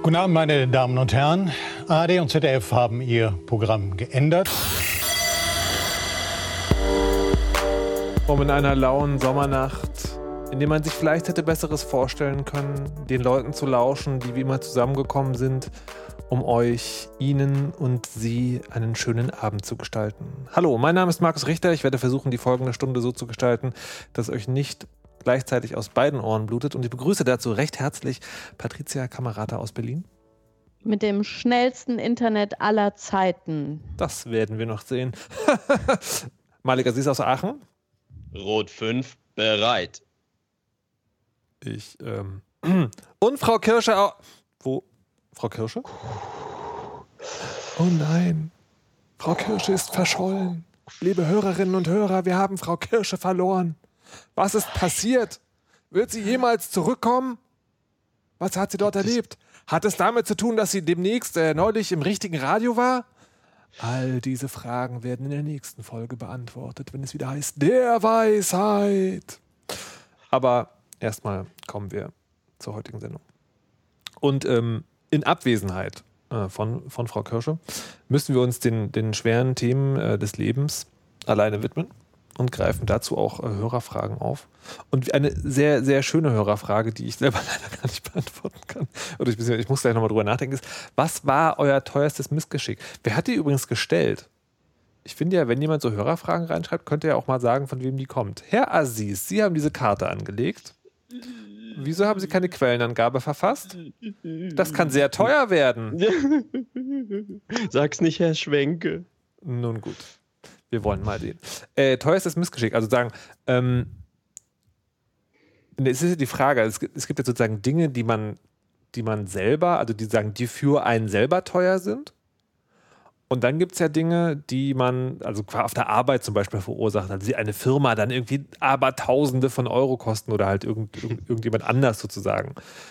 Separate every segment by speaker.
Speaker 1: Guten Abend, meine Damen und Herren. ARD und ZDF haben ihr Programm geändert.
Speaker 2: Um in einer lauen Sommernacht, in der man sich vielleicht hätte Besseres vorstellen können, den Leuten zu lauschen, die wie immer zusammengekommen sind, um euch, Ihnen und Sie einen schönen Abend zu gestalten. Hallo, mein Name ist Markus Richter. Ich werde versuchen, die folgende Stunde so zu gestalten, dass euch nicht gleichzeitig aus beiden Ohren blutet. Und ich begrüße dazu recht herzlich Patricia Kamerata aus Berlin.
Speaker 3: Mit dem schnellsten Internet aller Zeiten.
Speaker 2: Das werden wir noch sehen. Malik Aziz aus Aachen.
Speaker 4: Rot 5, bereit.
Speaker 2: Und Frau Kirsche auch. Wo? Frau Kirsche? Oh nein. Frau Kirsche ist verschollen. Liebe Hörerinnen und Hörer, wir haben Frau Kirsche verloren. Was ist passiert? Wird sie jemals zurückkommen? Was hat sie dort erlebt? Hat es damit zu tun, dass sie demnächst neulich im richtigen Radio war? All diese Fragen werden in der nächsten Folge beantwortet, wenn es wieder heißt, der Weisheit. Aber erstmal kommen wir zur heutigen Sendung. Und in Abwesenheit von Frau Kirsche müssen wir uns den schweren Themen des Lebens alleine widmen und greifen dazu auch Hörerfragen auf. Und eine sehr, sehr schöne Hörerfrage, die ich selber leider gar nicht beantworten kann, oder ich muss gleich nochmal drüber nachdenken, ist, was war euer teuerstes Missgeschick? Wer hat die übrigens gestellt? Ich finde ja, wenn jemand so Hörerfragen reinschreibt, könnte er auch mal sagen, von wem die kommt. Herr Aziz, Sie haben diese Karte angelegt. Wieso haben Sie keine Quellenangabe verfasst? Das kann sehr teuer werden.
Speaker 4: Sag's nicht, Herr Schwenke.
Speaker 2: Nun gut. Wir wollen mal sehen. Teuerstes Missgeschick. Also sagen, es ist ja die Frage, es gibt ja sozusagen Dinge, die man selber, also die für einen selber teuer sind. Und dann gibt es ja Dinge, die man, also auf der Arbeit zum Beispiel verursacht, also die eine Firma dann irgendwie Abertausende von Euro kosten oder halt irgendjemand anders sozusagen.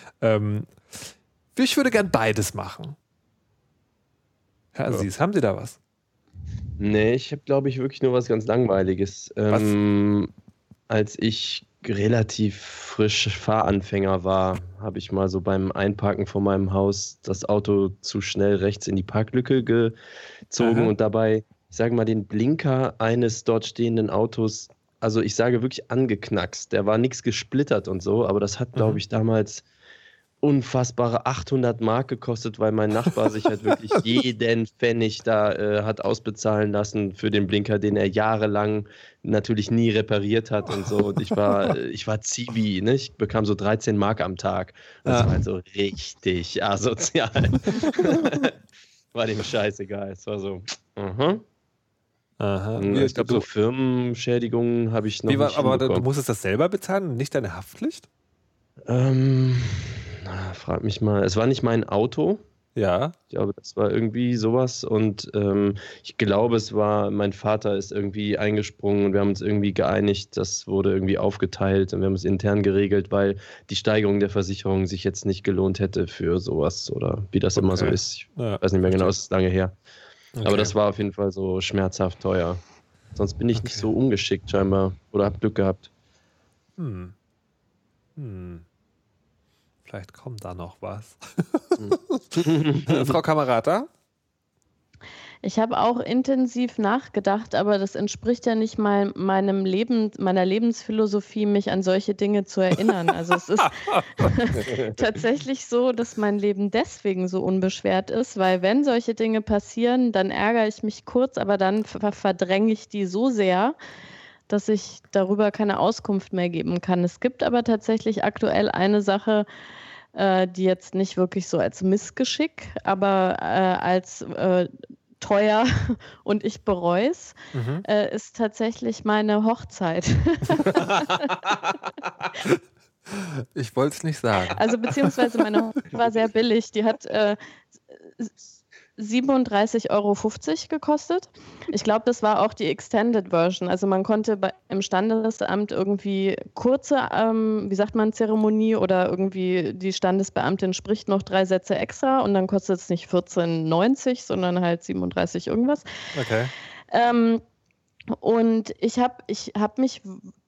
Speaker 2: Ich würde gern beides machen. Herr Aziz, haben Sie da was?
Speaker 4: Nee, ich habe, glaube ich, wirklich nur was ganz Langweiliges. Als ich relativ frisch Fahranfänger war, habe ich mal so beim Einparken vor meinem Haus das Auto zu schnell rechts in die Parklücke gezogen und dabei, ich sage mal, den Blinker eines dort stehenden Autos, also ich sage wirklich angeknackst. Der war nichts gesplittert und so, aber das hat, glaube ich, damals unfassbare 800 Mark gekostet, weil mein Nachbar sich halt wirklich jeden Pfennig da hat ausbezahlen lassen für den Blinker, den er jahrelang natürlich nie repariert hat und so. Und ich war Zivi, ne? Ich bekam so 13 Mark am Tag. Das war halt so richtig asozial. War dem scheißegal. Es war so, Ich glaube, so Firmenschädigungen habe ich noch nicht
Speaker 2: Aber
Speaker 4: hinbekommen.
Speaker 2: du musstest das selber bezahlen und nicht deine Haftpflicht?
Speaker 4: Frag mich mal. Es war nicht mein Auto.
Speaker 2: Ja.
Speaker 4: Ich glaube, das war irgendwie sowas. Und ich glaube, mein Vater ist irgendwie eingesprungen und wir haben uns irgendwie geeinigt. Das wurde irgendwie aufgeteilt und wir haben es intern geregelt, weil die Steigerung der Versicherung sich jetzt nicht gelohnt hätte für sowas oder wie das immer so ist. Ich weiß nicht mehr genau, es ist lange her. Okay. Aber das war auf jeden Fall so schmerzhaft teuer. Sonst bin ich nicht so ungeschickt scheinbar oder habe Glück gehabt.
Speaker 2: Vielleicht kommt da noch was. Frau Kamerata?
Speaker 3: Ich habe auch intensiv nachgedacht, aber das entspricht ja nicht mal meiner Lebensphilosophie, mich an solche Dinge zu erinnern. Also es ist tatsächlich so, dass mein Leben deswegen so unbeschwert ist, weil wenn solche Dinge passieren, dann ärgere ich mich kurz, aber dann verdränge ich die so sehr, dass ich darüber keine Auskunft mehr geben kann. Es gibt aber tatsächlich aktuell eine Sache, die jetzt nicht wirklich so als Missgeschick, aber als teuer und ich bereue es, ist tatsächlich meine Hochzeit.
Speaker 2: Ich wollte es nicht sagen.
Speaker 3: Also beziehungsweise meine Hochzeit war sehr billig. Die hat 37,50 Euro gekostet. Ich glaube, das war auch die Extended Version. Also man konnte im Standesamt irgendwie kurze, Zeremonie oder irgendwie die Standesbeamtin spricht noch 3 Sätze extra und dann kostet es nicht 14,90, sondern halt 37 irgendwas.
Speaker 2: Okay.
Speaker 3: Und ich hab mich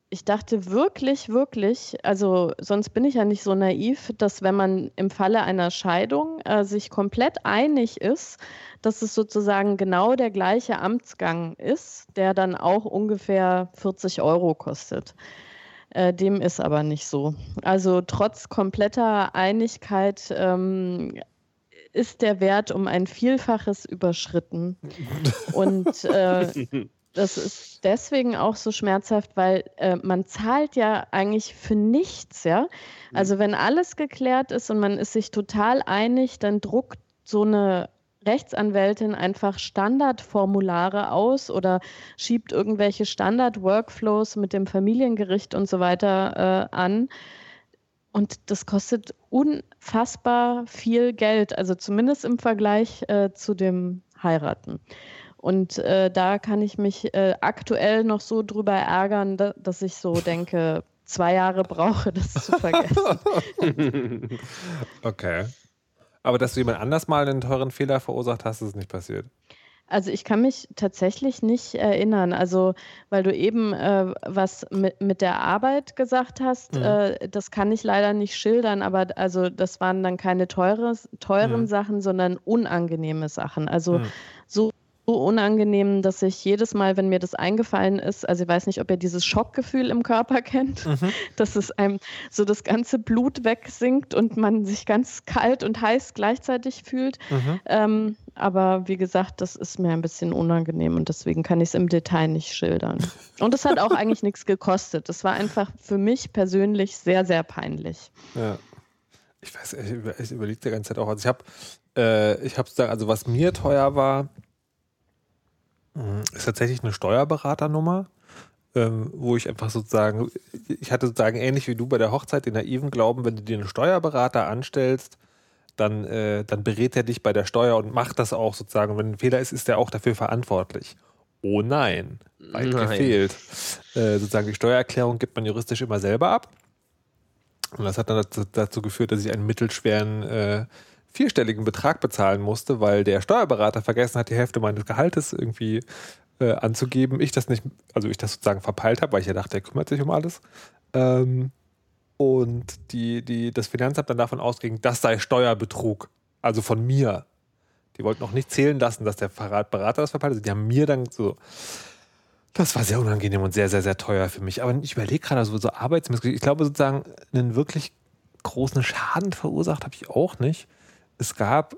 Speaker 3: ich dachte wirklich, wirklich, also sonst bin ich ja nicht so naiv, dass wenn man im Falle einer Scheidung sich komplett einig ist, dass es sozusagen genau der gleiche Amtsgang ist, der dann auch ungefähr 40 € kostet. Dem ist aber nicht so. Also trotz kompletter Einigkeit ist der Wert um ein Vielfaches überschritten. Und das ist deswegen auch so schmerzhaft, weil man zahlt ja eigentlich für nichts, ja. Also wenn alles geklärt ist und man ist sich total einig, dann druckt so eine Rechtsanwältin einfach Standardformulare aus oder schiebt irgendwelche Standard-Workflows mit dem Familiengericht und so weiter an. Und das kostet unfassbar viel Geld, also zumindest im Vergleich zu dem Heiraten. Und da kann ich mich aktuell noch so drüber ärgern, dass ich so denke, 2 Jahre brauche, das zu vergessen.
Speaker 2: Okay. Aber dass du jemand anders mal einen teuren Fehler verursacht hast, ist nicht passiert.
Speaker 3: Also ich kann mich tatsächlich nicht erinnern, also weil du eben was mit der Arbeit gesagt hast, das kann ich leider nicht schildern, aber also das waren dann keine teuren Sachen, sondern unangenehme Sachen. Also so unangenehm, dass ich jedes Mal, wenn mir das eingefallen ist, also ich weiß nicht, ob ihr dieses Schockgefühl im Körper kennt, dass es einem so das ganze Blut wegsinkt und man sich ganz kalt und heiß gleichzeitig fühlt. Aber wie gesagt, das ist mir ein bisschen unangenehm und deswegen kann ich es im Detail nicht schildern. Und es hat auch eigentlich nichts gekostet. Das war einfach für mich persönlich sehr, sehr peinlich.
Speaker 2: Ja. Ich weiß, ich überlege die ganze Zeit auch. Also ich habe sozusagen, also was mir teuer war, ist tatsächlich eine Steuerberaternummer, wo ich einfach sozusagen, ich hatte sozusagen ähnlich wie du bei der Hochzeit den naiven Glauben, wenn du dir einen Steuerberater anstellst, dann berät er dich bei der Steuer und macht das auch sozusagen. Und wenn ein Fehler ist, ist er auch dafür verantwortlich. Oh nein, weit gefehlt. Sozusagen die Steuererklärung gibt man juristisch immer selber ab. Und das hat dann dazu geführt, dass ich einen mittelschweren 4-stelligen Betrag bezahlen musste, weil der Steuerberater vergessen hat, die Hälfte meines Gehaltes irgendwie anzugeben. Ich das sozusagen verpeilt habe, weil ich ja dachte, er kümmert sich um alles. Und das Finanzamt dann davon ausging, das sei Steuerbetrug. Also von mir. Die wollten auch nicht zählen lassen, dass der Berater das verpeilt hat. Also die haben mir dann so. Das war sehr unangenehm und sehr, sehr, sehr teuer für mich. Aber ich überlege gerade, so Arbeitsmissgeschichte. Ich glaube sozusagen, einen wirklich großen Schaden verursacht habe ich auch nicht. Es gab,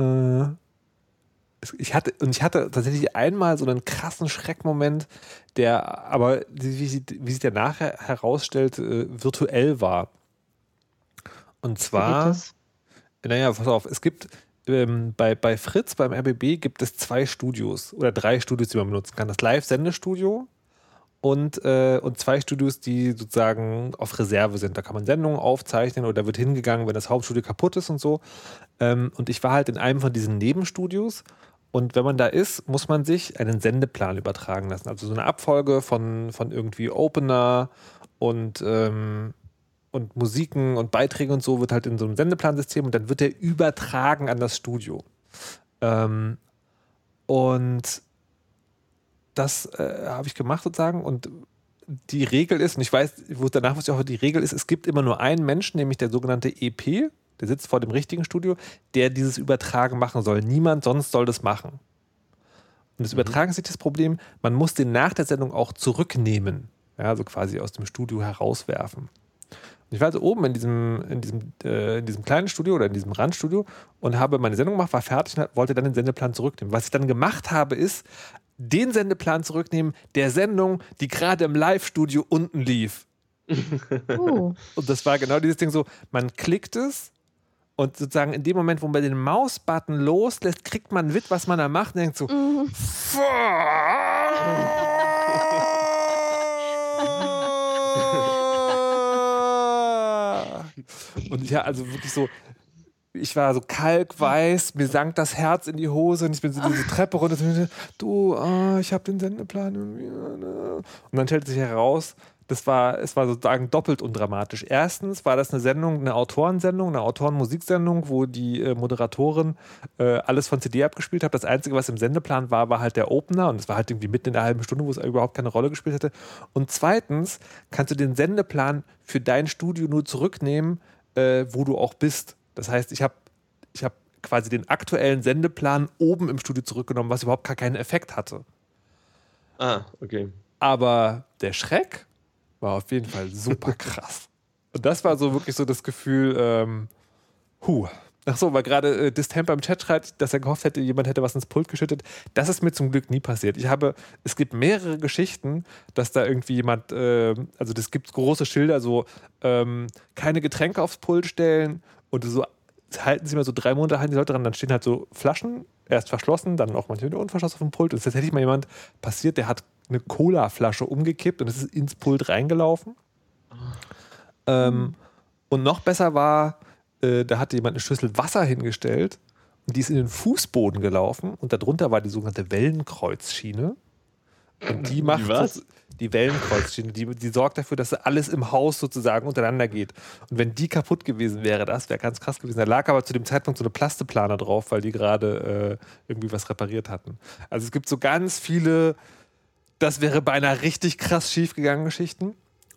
Speaker 2: ich hatte tatsächlich einmal so einen krassen Schreckmoment, der aber, wie sich der nachher herausstellt, virtuell war. Und zwar, naja, pass auf, es gibt bei Fritz, beim RBB gibt es 2 Studios oder 3 Studios, die man benutzen kann. Das Live-Sendestudio und 2 Studios, die sozusagen auf Reserve sind. Da kann man Sendungen aufzeichnen oder wird hingegangen, wenn das Hauptstudio kaputt ist und so. Und ich war halt in einem von diesen Nebenstudios und wenn man da ist, muss man sich einen Sendeplan übertragen lassen. Also so eine Abfolge von irgendwie Opener und Musiken und Beiträgen und so wird halt in so einem Sendeplansystem und dann wird der übertragen an das Studio. Und das habe ich gemacht sozusagen und die Regel ist, und ich weiß, danach wusste ich auch, die Regel ist, es gibt immer nur einen Menschen, nämlich der sogenannte EP, der sitzt vor dem richtigen Studio, der dieses Übertragen machen soll. Niemand sonst soll das machen. Und das Übertragen ist nicht das Problem, man muss den nach der Sendung auch zurücknehmen, ja, also quasi aus dem Studio herauswerfen. Und ich war also oben in diesem kleinen Studio oder in diesem Randstudio und habe meine Sendung gemacht, war fertig und wollte dann den Sendeplan zurücknehmen. Was ich dann gemacht habe, ist, den Sendeplan zurücknehmen der Sendung, die gerade im Live-Studio unten lief. Und das war genau dieses Ding so, man klickt es und sozusagen in dem Moment, wo man den Mausbutton loslässt, kriegt man mit, was man da macht und denkt so, und ja, also wirklich so, ich war so kalkweiß, mir sank das Herz in die Hose und ich bin so diese Treppe runter. Ich habe den Sendeplan irgendwie. Und dann stellt sich heraus, es war sozusagen doppelt undramatisch. Erstens war das eine Autorensendung, eine Autorenmusiksendung, wo die Moderatorin alles von CD abgespielt hat. Das Einzige, was im Sendeplan war halt der Opener und es war halt irgendwie mitten in der halben Stunde, wo es überhaupt keine Rolle gespielt hätte. Und zweitens kannst du den Sendeplan für dein Studio nur zurücknehmen, wo du auch bist. Das heißt, ich hab quasi den aktuellen Sendeplan oben im Studio zurückgenommen, was überhaupt gar keinen Effekt hatte.
Speaker 4: Ah, okay.
Speaker 2: Aber der Schreck war auf jeden Fall super krass. Und das war so wirklich so das Gefühl, Achso, weil gerade Distemper im Chat schreibt, dass er gehofft hätte, jemand hätte was ins Pult geschüttet. Das ist mir zum Glück nie passiert. Es gibt mehrere Geschichten, dass da irgendwie jemand, also das gibt große Schilder, so keine Getränke aufs Pult stellen und so halten sie mal so 3 Monate, halten die Leute dran, dann stehen halt so Flaschen, erst verschlossen, dann auch manchmal wieder unverschlossen auf dem Pult. Und es ist tatsächlich mal jemand passiert, der hat eine Cola-Flasche umgekippt und es ist ins Pult reingelaufen. Und noch besser war, da hatte jemand eine Schüssel Wasser hingestellt und die ist in den Fußboden gelaufen und darunter war die sogenannte Wellenkreuzschiene. Und die macht die Wellenkreuzschiene, die sorgt dafür, dass alles im Haus sozusagen untereinander geht. Und wenn die kaputt gewesen wäre, das wäre ganz krass gewesen. Da lag aber zu dem Zeitpunkt so eine Plasteplaner drauf, weil die gerade irgendwie was repariert hatten. Also es gibt so ganz viele, das wäre beinahe richtig krass schiefgegangen Geschichten.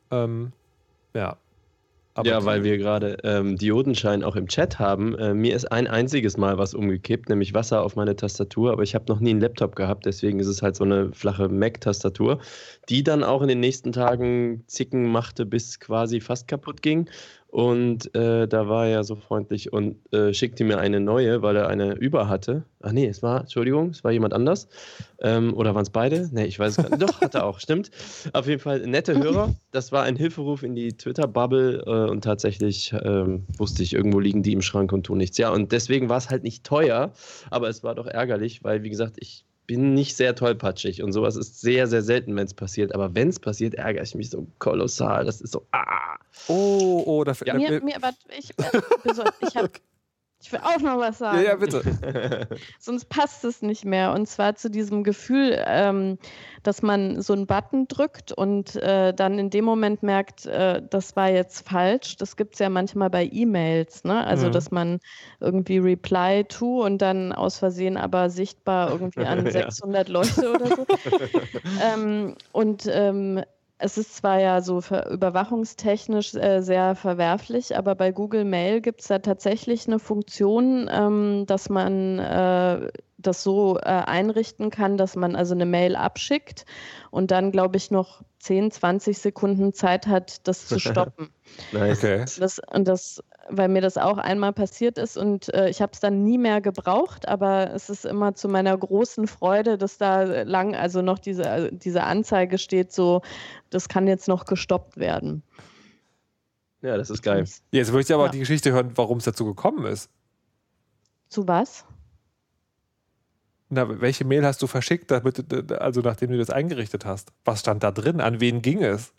Speaker 2: Ja.
Speaker 4: Ja, weil wir gerade Diodenschein auch im Chat haben. Mir ist ein einziges Mal was umgekippt, nämlich Wasser auf meine Tastatur, aber ich habe noch nie einen Laptop gehabt, deswegen ist es halt so eine flache Mac-Tastatur, die dann auch in den nächsten Tagen Zicken machte, bis quasi fast kaputt ging. Und da war er so freundlich und schickte mir eine neue, weil er eine über hatte. Ach nee, es war jemand anders. Oder waren es beide? Nee, ich weiß es gar nicht. Doch, hat er auch, stimmt. Auf jeden Fall nette Hörer. Das war ein Hilferuf in die Twitter-Bubble und tatsächlich wusste ich, irgendwo liegen die im Schrank und tun nichts. Ja, und deswegen war es halt nicht teuer, aber es war doch ärgerlich, weil, wie gesagt, ich bin nicht sehr tollpatschig und sowas ist sehr, sehr selten, wenn es passiert. Aber wenn es passiert, ärgere ich mich so kolossal. Das ist so,
Speaker 2: dafür.
Speaker 3: Ja. Ich will auch noch was sagen.
Speaker 2: Ja, bitte.
Speaker 3: Sonst passt es nicht mehr. Und zwar zu diesem Gefühl, dass man so einen Button drückt und dann in dem Moment merkt, das war jetzt falsch. Das gibt es ja manchmal bei E-Mails, ne? Also, dass man irgendwie Reply to und dann aus Versehen aber sichtbar irgendwie an 600 Leute oder so. Es ist zwar ja so überwachungstechnisch sehr verwerflich, aber bei Google Mail gibt es da tatsächlich eine Funktion, dass man das so einrichten kann, dass man also eine Mail abschickt und dann, glaube ich, noch 10, 20 Sekunden Zeit hat, das zu stoppen.
Speaker 4: Nice. Okay.
Speaker 3: Weil mir das auch einmal passiert ist und ich habe es dann nie mehr gebraucht, aber es ist immer zu meiner großen Freude, dass da noch diese Anzeige steht, so, das kann jetzt noch gestoppt werden.
Speaker 4: Ja, das ist geil.
Speaker 2: Jetzt möchte ich aber auch die Geschichte hören, warum es dazu gekommen ist.
Speaker 3: Zu was?
Speaker 2: Na, welche Mail hast du verschickt, nachdem du das eingerichtet hast? Was stand da drin? An wen ging es?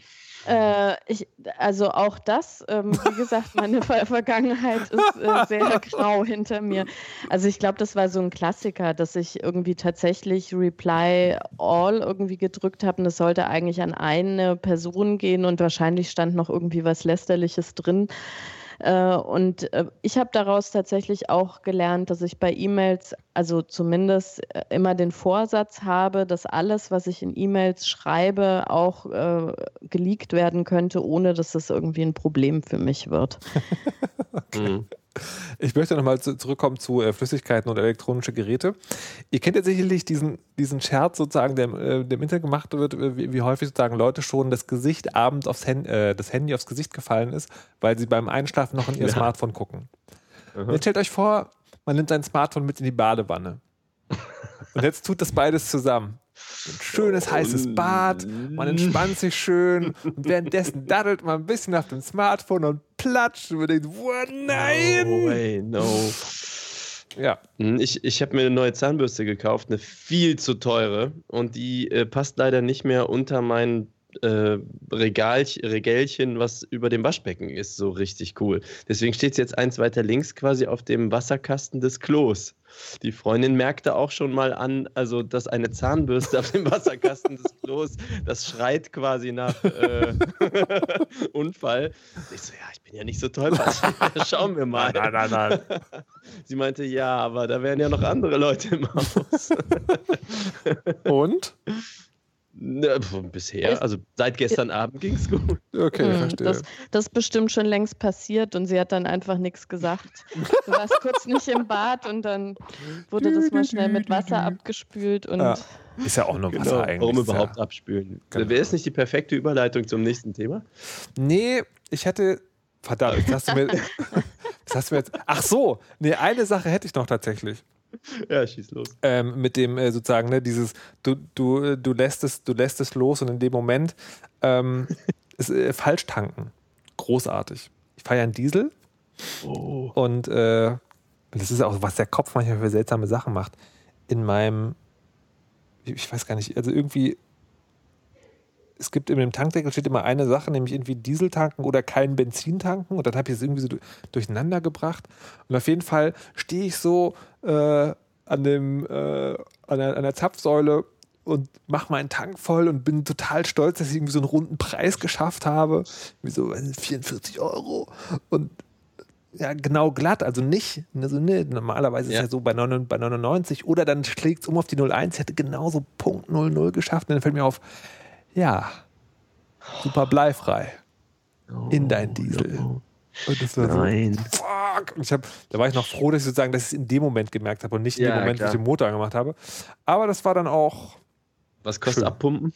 Speaker 3: Also auch das, wie gesagt, meine Vergangenheit ist sehr grau hinter mir. Also ich glaube, das war so ein Klassiker, dass ich irgendwie tatsächlich Reply All irgendwie gedrückt habe und das sollte eigentlich an eine Person gehen und wahrscheinlich stand noch irgendwie was Lästerliches drin. Und ich habe daraus tatsächlich auch gelernt, dass ich bei E-Mails, also zumindest immer den Vorsatz habe, dass alles, was ich in E-Mails schreibe, auch geleakt werden könnte, ohne dass das irgendwie ein Problem für mich wird.
Speaker 2: Okay. Ich möchte nochmal zurückkommen zu Flüssigkeiten und elektronische Geräte. Ihr kennt ja sicherlich diesen Scherz sozusagen, der im Internet gemacht wird, wie häufig sozusagen Leute schon das Gesicht abends das Handy aufs Gesicht gefallen ist, weil sie beim Einschlafen noch in ihr Smartphone gucken. Jetzt stellt euch vor, man nimmt sein Smartphone mit in die Badewanne. Und jetzt tut das beides zusammen. Ein schönes heißes Bad, man entspannt sich schön und währenddessen daddelt man ein bisschen auf dem Smartphone und platscht und man denkt, wow, nein!
Speaker 4: No. Ja. Ich habe mir eine neue Zahnbürste gekauft, eine viel zu teure und die passt leider nicht mehr unter meinen Regälchen, was über dem Waschbecken ist, so richtig cool. Deswegen steht es jetzt eins weiter links quasi auf dem Wasserkasten des Klos. Die Freundin merkte auch schon mal an, also dass eine Zahnbürste auf dem Wasserkasten des Klos, das schreit quasi nach Unfall. Ich so, ja, ich bin ja nicht so tollpatschig, schauen wir mal.
Speaker 2: Nein.
Speaker 4: Sie meinte, ja, aber da wären ja noch andere Leute im Haus.
Speaker 2: Und?
Speaker 4: Bisher, also seit gestern Abend ging es gut.
Speaker 2: Okay, verstehe.
Speaker 3: Das ist bestimmt schon längst passiert und sie hat dann einfach nichts gesagt. Du warst kurz nicht im Bad und dann wurde das mal schnell mit Wasser abgespült. Und
Speaker 2: ist ja auch nur Wasser eigentlich.
Speaker 4: Warum überhaupt abspülen? Genau. Wäre es nicht die perfekte Überleitung zum nächsten Thema?
Speaker 2: Nee, ich hätte... Verdammt, das hast du mir jetzt... Ach so, nee, eine Sache hätte ich noch tatsächlich.
Speaker 4: Ja, schieß los.
Speaker 2: Mit dem sozusagen, ne, dieses, du lässt es los und in dem Moment falsch tanken. Großartig. Ich fahre ja einen Diesel und das ist auch, was der Kopf manchmal für seltsame Sachen macht. In meinem, ich weiß gar nicht, also irgendwie, es gibt in dem Tankdeckel steht immer eine Sache, nämlich irgendwie Diesel tanken oder kein Benzin tanken. Und dann habe ich es irgendwie so durcheinander gebracht. Und auf jeden Fall stehe ich so an der Zapfsäule und mache meinen Tank voll und bin total stolz, dass ich irgendwie so einen runden Preis geschafft habe. Wie so 44 €. Und ja, genau glatt, also nicht. Also, ne, normalerweise ist es ja so bei 99 oder dann schlägt es um auf die 01, hätte genauso Punkt 00 geschafft. Und dann fällt mir auf, ja, super bleifrei in dein Diesel. Und das war
Speaker 4: Nein.
Speaker 2: so, fuck. Und da war ich noch froh, dass ich sozusagen, dass ich es in dem Moment gemerkt habe und nicht in dem Moment, wo ich den Motor angemacht habe. Aber das war dann auch.
Speaker 4: Was kostet
Speaker 2: schön.
Speaker 4: Abpumpen?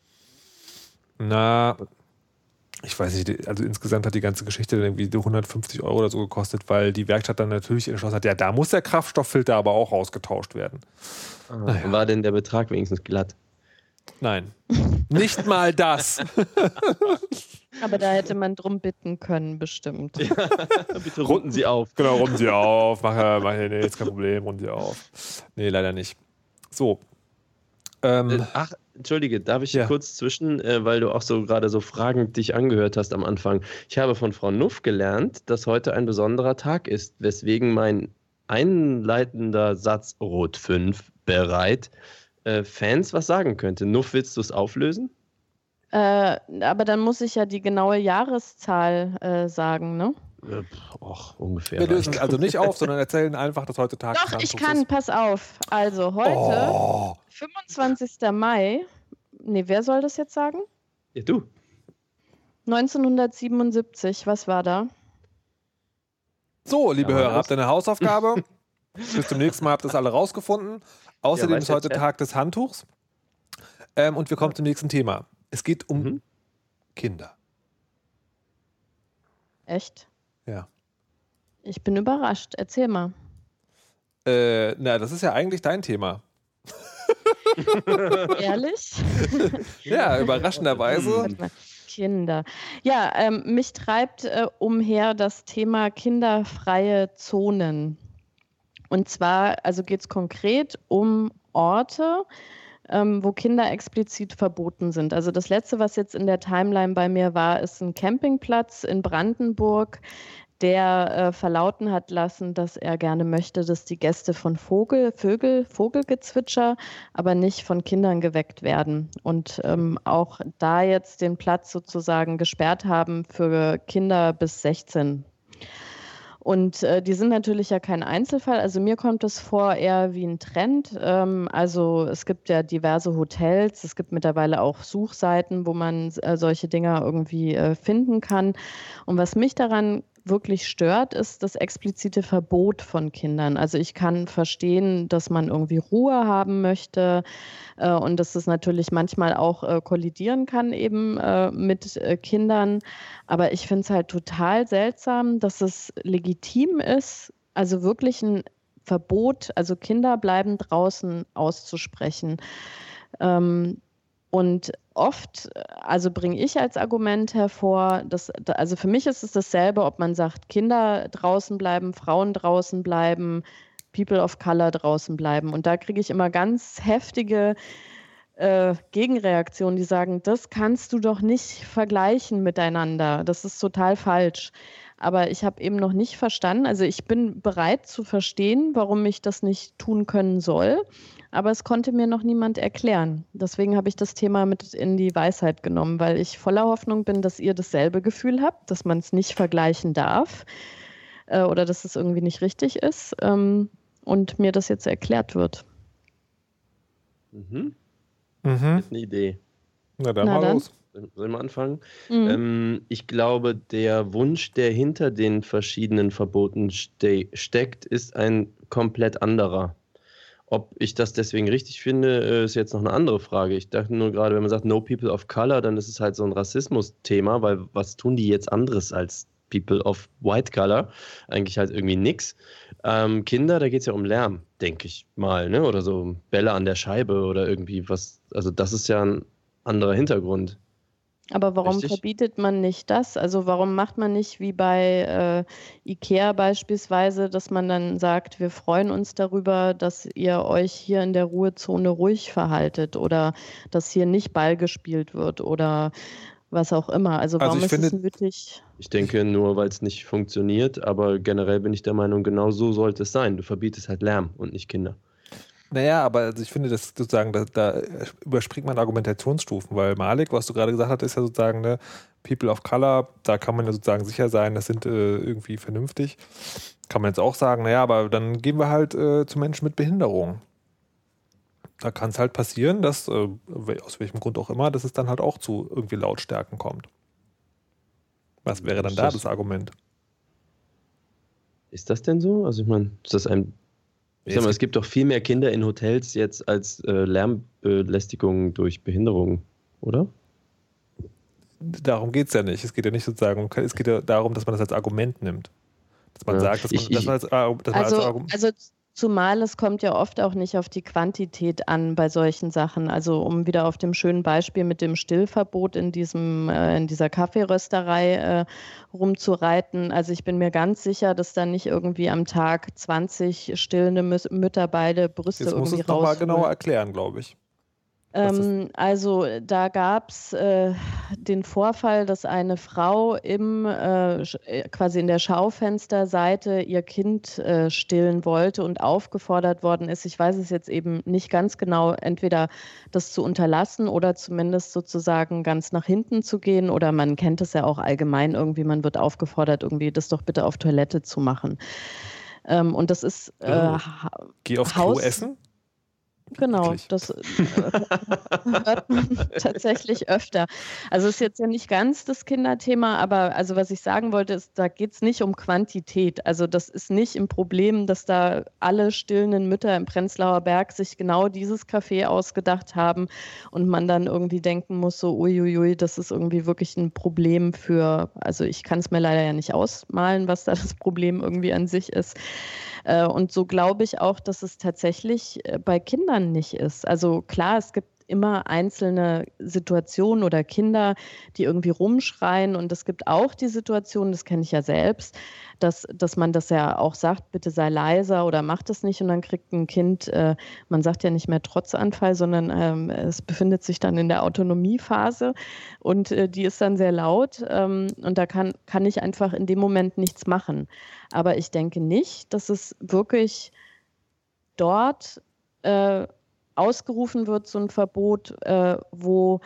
Speaker 2: Na, ich weiß nicht, also insgesamt hat die ganze Geschichte dann irgendwie 150 € oder so gekostet, weil die Werkstatt dann natürlich entschlossen hat, ja, da muss der Kraftstofffilter aber auch ausgetauscht werden.
Speaker 4: Naja. War denn der Betrag wenigstens glatt?
Speaker 2: Nein, nicht mal das.
Speaker 3: Aber da hätte man drum bitten können, bestimmt.
Speaker 4: Ja, bitte runden Sie auf.
Speaker 2: Genau, runden Sie auf. Mach jetzt kein Problem, runden Sie auf. Nee, leider nicht. So.
Speaker 4: Ach, entschuldige, darf ich kurz zwischen, weil du auch so gerade so fragend dich angehört hast am Anfang. Ich habe von Frau Nuff gelernt, dass heute ein besonderer Tag ist, weswegen mein einleitender Satz Rot 5 bereit Fans was sagen könnte. Nuff, willst du es auflösen?
Speaker 3: Aber dann muss ich ja die genaue Jahreszahl sagen, ne?
Speaker 4: Ungefähr.
Speaker 2: Wir lösen also nicht auf, sondern erzählen einfach, dass heute Tag
Speaker 3: Doch, ich kann, pass auf. Also heute, 25. Mai, nee, wer soll das jetzt sagen?
Speaker 4: Ja, du.
Speaker 3: 1977, was war da?
Speaker 2: So, liebe Hörer, habt ihr eine Hausaufgabe? Bis zum nächsten Mal habt ihr das alle rausgefunden. Außerdem ist heute Tag des Handtuchs. Und wir kommen zum nächsten Thema. Es geht um Kinder.
Speaker 3: Echt?
Speaker 2: Ja.
Speaker 3: Ich bin überrascht. Erzähl mal.
Speaker 2: Das ist ja eigentlich dein Thema.
Speaker 3: Ehrlich?
Speaker 2: Ja, überraschenderweise.
Speaker 3: Kinder. Ja, mich treibt umher das Thema kinderfreie Zonen. Und zwar, also geht es konkret um Orte, wo Kinder explizit verboten sind. Also das Letzte, was jetzt in der Timeline bei mir war, ist ein Campingplatz in Brandenburg, der verlauten hat lassen, dass er gerne möchte, dass die Gäste von Vogelgezwitscher, aber nicht von Kindern geweckt werden. Und auch da jetzt den Platz sozusagen gesperrt haben für Kinder bis 16. Und die sind natürlich ja kein Einzelfall. Also mir kommt das vor eher wie ein Trend. Also es gibt ja diverse Hotels, es gibt mittlerweile auch Suchseiten, wo man solche Dinger irgendwie finden kann. Und was mich daran wirklich stört, ist das explizite Verbot von Kindern. Also ich kann verstehen, dass man irgendwie Ruhe haben möchte und dass es natürlich manchmal auch kollidieren kann eben mit Kindern. Aber ich finde es halt total seltsam, dass es legitim ist, also wirklich ein Verbot, also Kinder bleiben draußen auszusprechen. Und oft, also bringe ich als Argument hervor, also für mich ist es dasselbe, ob man sagt, Kinder draußen bleiben, Frauen draußen bleiben, People of Color draußen bleiben. Und da kriege ich immer ganz heftige Gegenreaktionen, die sagen, das kannst du doch nicht vergleichen miteinander. Das ist total falsch. Aber ich habe eben noch nicht verstanden, also ich bin bereit zu verstehen, warum ich das nicht tun können soll, aber es konnte mir noch niemand erklären. Deswegen habe ich das Thema mit in die Weisheit genommen, weil ich voller Hoffnung bin, dass ihr dasselbe Gefühl habt, dass man es nicht vergleichen darf oder dass es irgendwie nicht richtig ist und mir das jetzt erklärt wird.
Speaker 4: Das ist eine Idee.
Speaker 2: Na dann mal los.
Speaker 4: Sollen wir anfangen? Ich glaube, der Wunsch, der hinter den verschiedenen Verboten steckt, ist ein komplett anderer. Ob ich das deswegen richtig finde, ist jetzt noch eine andere Frage. Ich dachte nur gerade, wenn man sagt No People of Color, dann ist es halt so ein Rassismus-Thema, weil was tun die jetzt anderes als People of White Color? Eigentlich halt irgendwie nix. Kinder, da geht es ja um Lärm, denke ich mal, ne? Oder so Bälle an der Scheibe oder irgendwie was. Also das ist ja ein anderer Hintergrund.
Speaker 3: Aber warum verbietet man nicht das? Also warum macht man nicht wie bei IKEA beispielsweise, dass man dann sagt, wir freuen uns darüber, dass ihr euch hier in der Ruhezone ruhig verhaltet oder dass hier nicht Ball gespielt wird oder was auch immer. Also warum ist es nötig?
Speaker 4: Ich denke nur, weil es nicht funktioniert, aber generell bin ich der Meinung, genau so sollte es sein. Du verbietest halt Lärm und nicht Kinder.
Speaker 2: Naja, aber also ich finde, das sozusagen, da überspringt man Argumentationsstufen, weil Malik, was du gerade gesagt hast, ist ja sozusagen, ne, People of Color, da kann man ja sozusagen sicher sein, das sind irgendwie vernünftig. Kann man jetzt auch sagen, naja, aber dann gehen wir halt zu Menschen mit Behinderung. Da kann es halt passieren, dass, aus welchem Grund auch immer, dass es dann halt auch zu irgendwie Lautstärken kommt. Was wäre dann da das Argument?
Speaker 4: Ist das denn so? Also ich meine, ist das ein... Ich sag mal, es gibt doch viel mehr Kinder in Hotels jetzt als Lärmbelästigung durch Behinderung, oder?
Speaker 2: Darum geht es ja nicht. Es geht ja nicht sozusagen, es geht ja darum, dass man das als Argument nimmt. Dass man sagt, dass man als Argument...
Speaker 3: Also zumal es kommt ja oft auch nicht auf die Quantität an bei solchen Sachen. Also um wieder auf dem schönen Beispiel mit dem Stillverbot in dieser Kaffeerösterei rumzureiten. Also ich bin mir ganz sicher, dass da nicht irgendwie am Tag 20 stillende Mütter beide Brüste
Speaker 2: irgendwie rausholen. Jetzt muss es nochmal genauer erklären, glaube ich.
Speaker 3: Also da gab es den Vorfall, dass eine Frau quasi in der Schaufensterseite ihr Kind stillen wollte und aufgefordert worden ist, ich weiß es jetzt eben nicht ganz genau, entweder das zu unterlassen oder zumindest sozusagen ganz nach hinten zu gehen, oder man kennt es ja auch allgemein irgendwie, man wird aufgefordert, irgendwie das doch bitte auf Toilette zu machen. Und das ist
Speaker 2: Geh aufs Klo essen?
Speaker 3: Genau, das hört man tatsächlich öfter. Also es ist jetzt ja nicht ganz das Kinderthema, aber also was ich sagen wollte, ist, da geht es nicht um Quantität. Also das ist nicht ein Problem, dass da alle stillenden Mütter im Prenzlauer Berg sich genau dieses Café ausgedacht haben und man dann irgendwie denken muss, so uiuiui, das ist irgendwie wirklich ein Problem also ich kann es mir leider ja nicht ausmalen, was da das Problem irgendwie an sich ist. Und so glaube ich auch, dass es tatsächlich bei Kindern nicht ist. Also klar, es gibt immer einzelne Situationen oder Kinder, die irgendwie rumschreien, und es gibt auch die Situation, das kenne ich ja selbst, dass man das ja auch sagt, bitte sei leiser oder mach das nicht, und dann kriegt ein Kind, man sagt ja nicht mehr Trotzanfall, sondern es befindet sich dann in der Autonomiephase und die ist dann sehr laut und da kann ich einfach in dem Moment nichts machen. Aber ich denke nicht, dass es wirklich dort ausgerufen wird, so ein Verbot, wo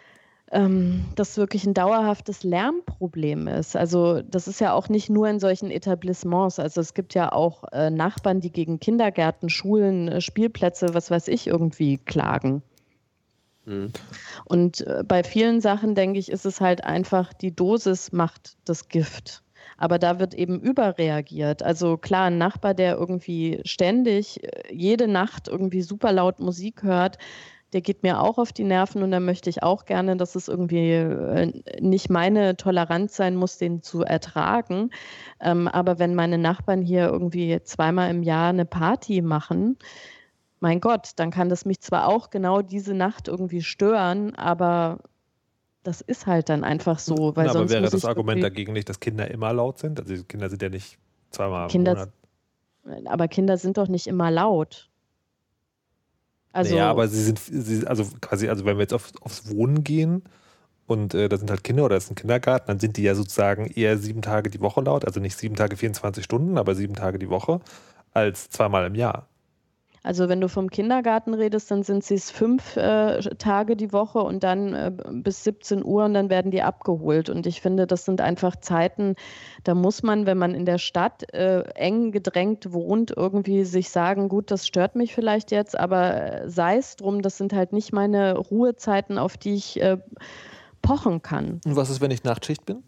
Speaker 3: das wirklich ein dauerhaftes Lärmproblem ist. Also das ist ja auch nicht nur in solchen Etablissements. Also es gibt ja auch Nachbarn, die gegen Kindergärten, Schulen, Spielplätze, was weiß ich, irgendwie klagen. Mhm. Und bei vielen Sachen, denke ich, ist es halt einfach, die Dosis macht das Gift. Aber da wird eben überreagiert. Also klar, ein Nachbar, der irgendwie ständig, jede Nacht irgendwie super laut Musik hört, der geht mir auch auf die Nerven, und da möchte ich auch gerne, dass es irgendwie nicht meine Toleranz sein muss, den zu ertragen. Aber wenn meine Nachbarn hier irgendwie zweimal im Jahr eine Party machen, mein Gott, dann kann das mich zwar auch genau diese Nacht irgendwie stören, aber das ist halt dann einfach so. Weil
Speaker 2: aber wäre das Argument dagegen nicht, dass Kinder immer laut sind? Also die Kinder sind ja nicht zweimal im Monat.
Speaker 3: Aber Kinder sind doch nicht immer laut. Also,
Speaker 2: ja, aber also wenn wir jetzt aufs Wohnen gehen und da sind halt Kinder oder es ist ein Kindergarten, dann sind die ja sozusagen eher 7 Tage die Woche laut, also nicht 7 Tage 24 Stunden, aber 7 Tage die Woche, als 2-mal im Jahr.
Speaker 3: Also wenn du vom Kindergarten redest, dann sind es 5 Tage die Woche und dann bis 17 Uhr und dann werden die abgeholt. Und ich finde, das sind einfach Zeiten, da muss man, wenn man in der Stadt eng gedrängt wohnt, irgendwie sich sagen, gut, das stört mich vielleicht jetzt, aber sei es drum, das sind halt nicht meine Ruhezeiten, auf die ich pochen kann.
Speaker 2: Und was ist, wenn ich Nachtschicht bin?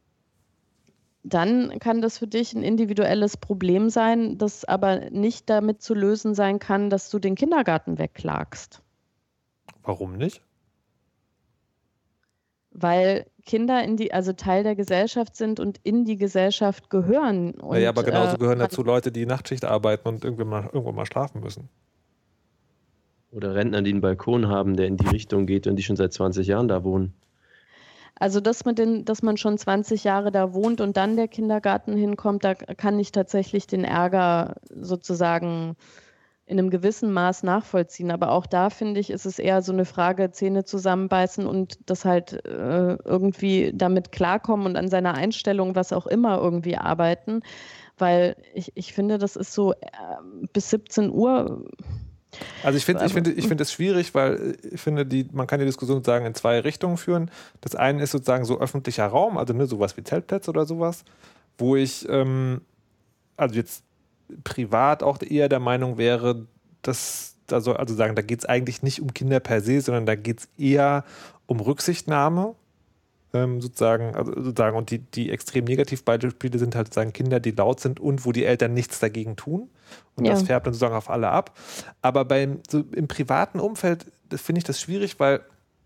Speaker 3: Dann kann das für dich ein individuelles Problem sein, das aber nicht damit zu lösen sein kann, dass du den Kindergarten wegklagst.
Speaker 2: Warum nicht?
Speaker 3: Weil Kinder also Teil der Gesellschaft sind und in die Gesellschaft gehören. Und,
Speaker 2: ja, aber genauso gehören dazu Leute, die Nachtschicht arbeiten und irgendwann mal schlafen müssen.
Speaker 4: Oder Rentner, die einen Balkon haben, der in die Richtung geht und die schon seit 20 Jahren da wohnen.
Speaker 3: Also dass man schon 20 Jahre da wohnt und dann der Kindergarten hinkommt, da kann ich tatsächlich den Ärger sozusagen in einem gewissen Maß nachvollziehen. Aber auch da, finde ich, ist es eher so eine Frage, Zähne zusammenbeißen und das halt irgendwie damit klarkommen und an seiner Einstellung, was auch immer, irgendwie arbeiten. Weil ich finde, das ist so bis 17 Uhr...
Speaker 2: Also ich finde es schwierig, weil ich finde, man kann die Diskussion sozusagen in 2 Richtungen führen. Das eine ist sozusagen so öffentlicher Raum, also sowas wie Zeltplätze oder sowas, wo ich also jetzt privat auch eher der Meinung wäre, dass da geht es eigentlich nicht um Kinder per se, sondern da geht es eher um Rücksichtnahme. Sozusagen, und die extrem Negativbeispiele sind halt sozusagen Kinder, die laut sind und wo die Eltern nichts dagegen tun. Und das färbt dann sozusagen auf alle ab. Aber im privaten Umfeld, das finde ich das schwierig, weil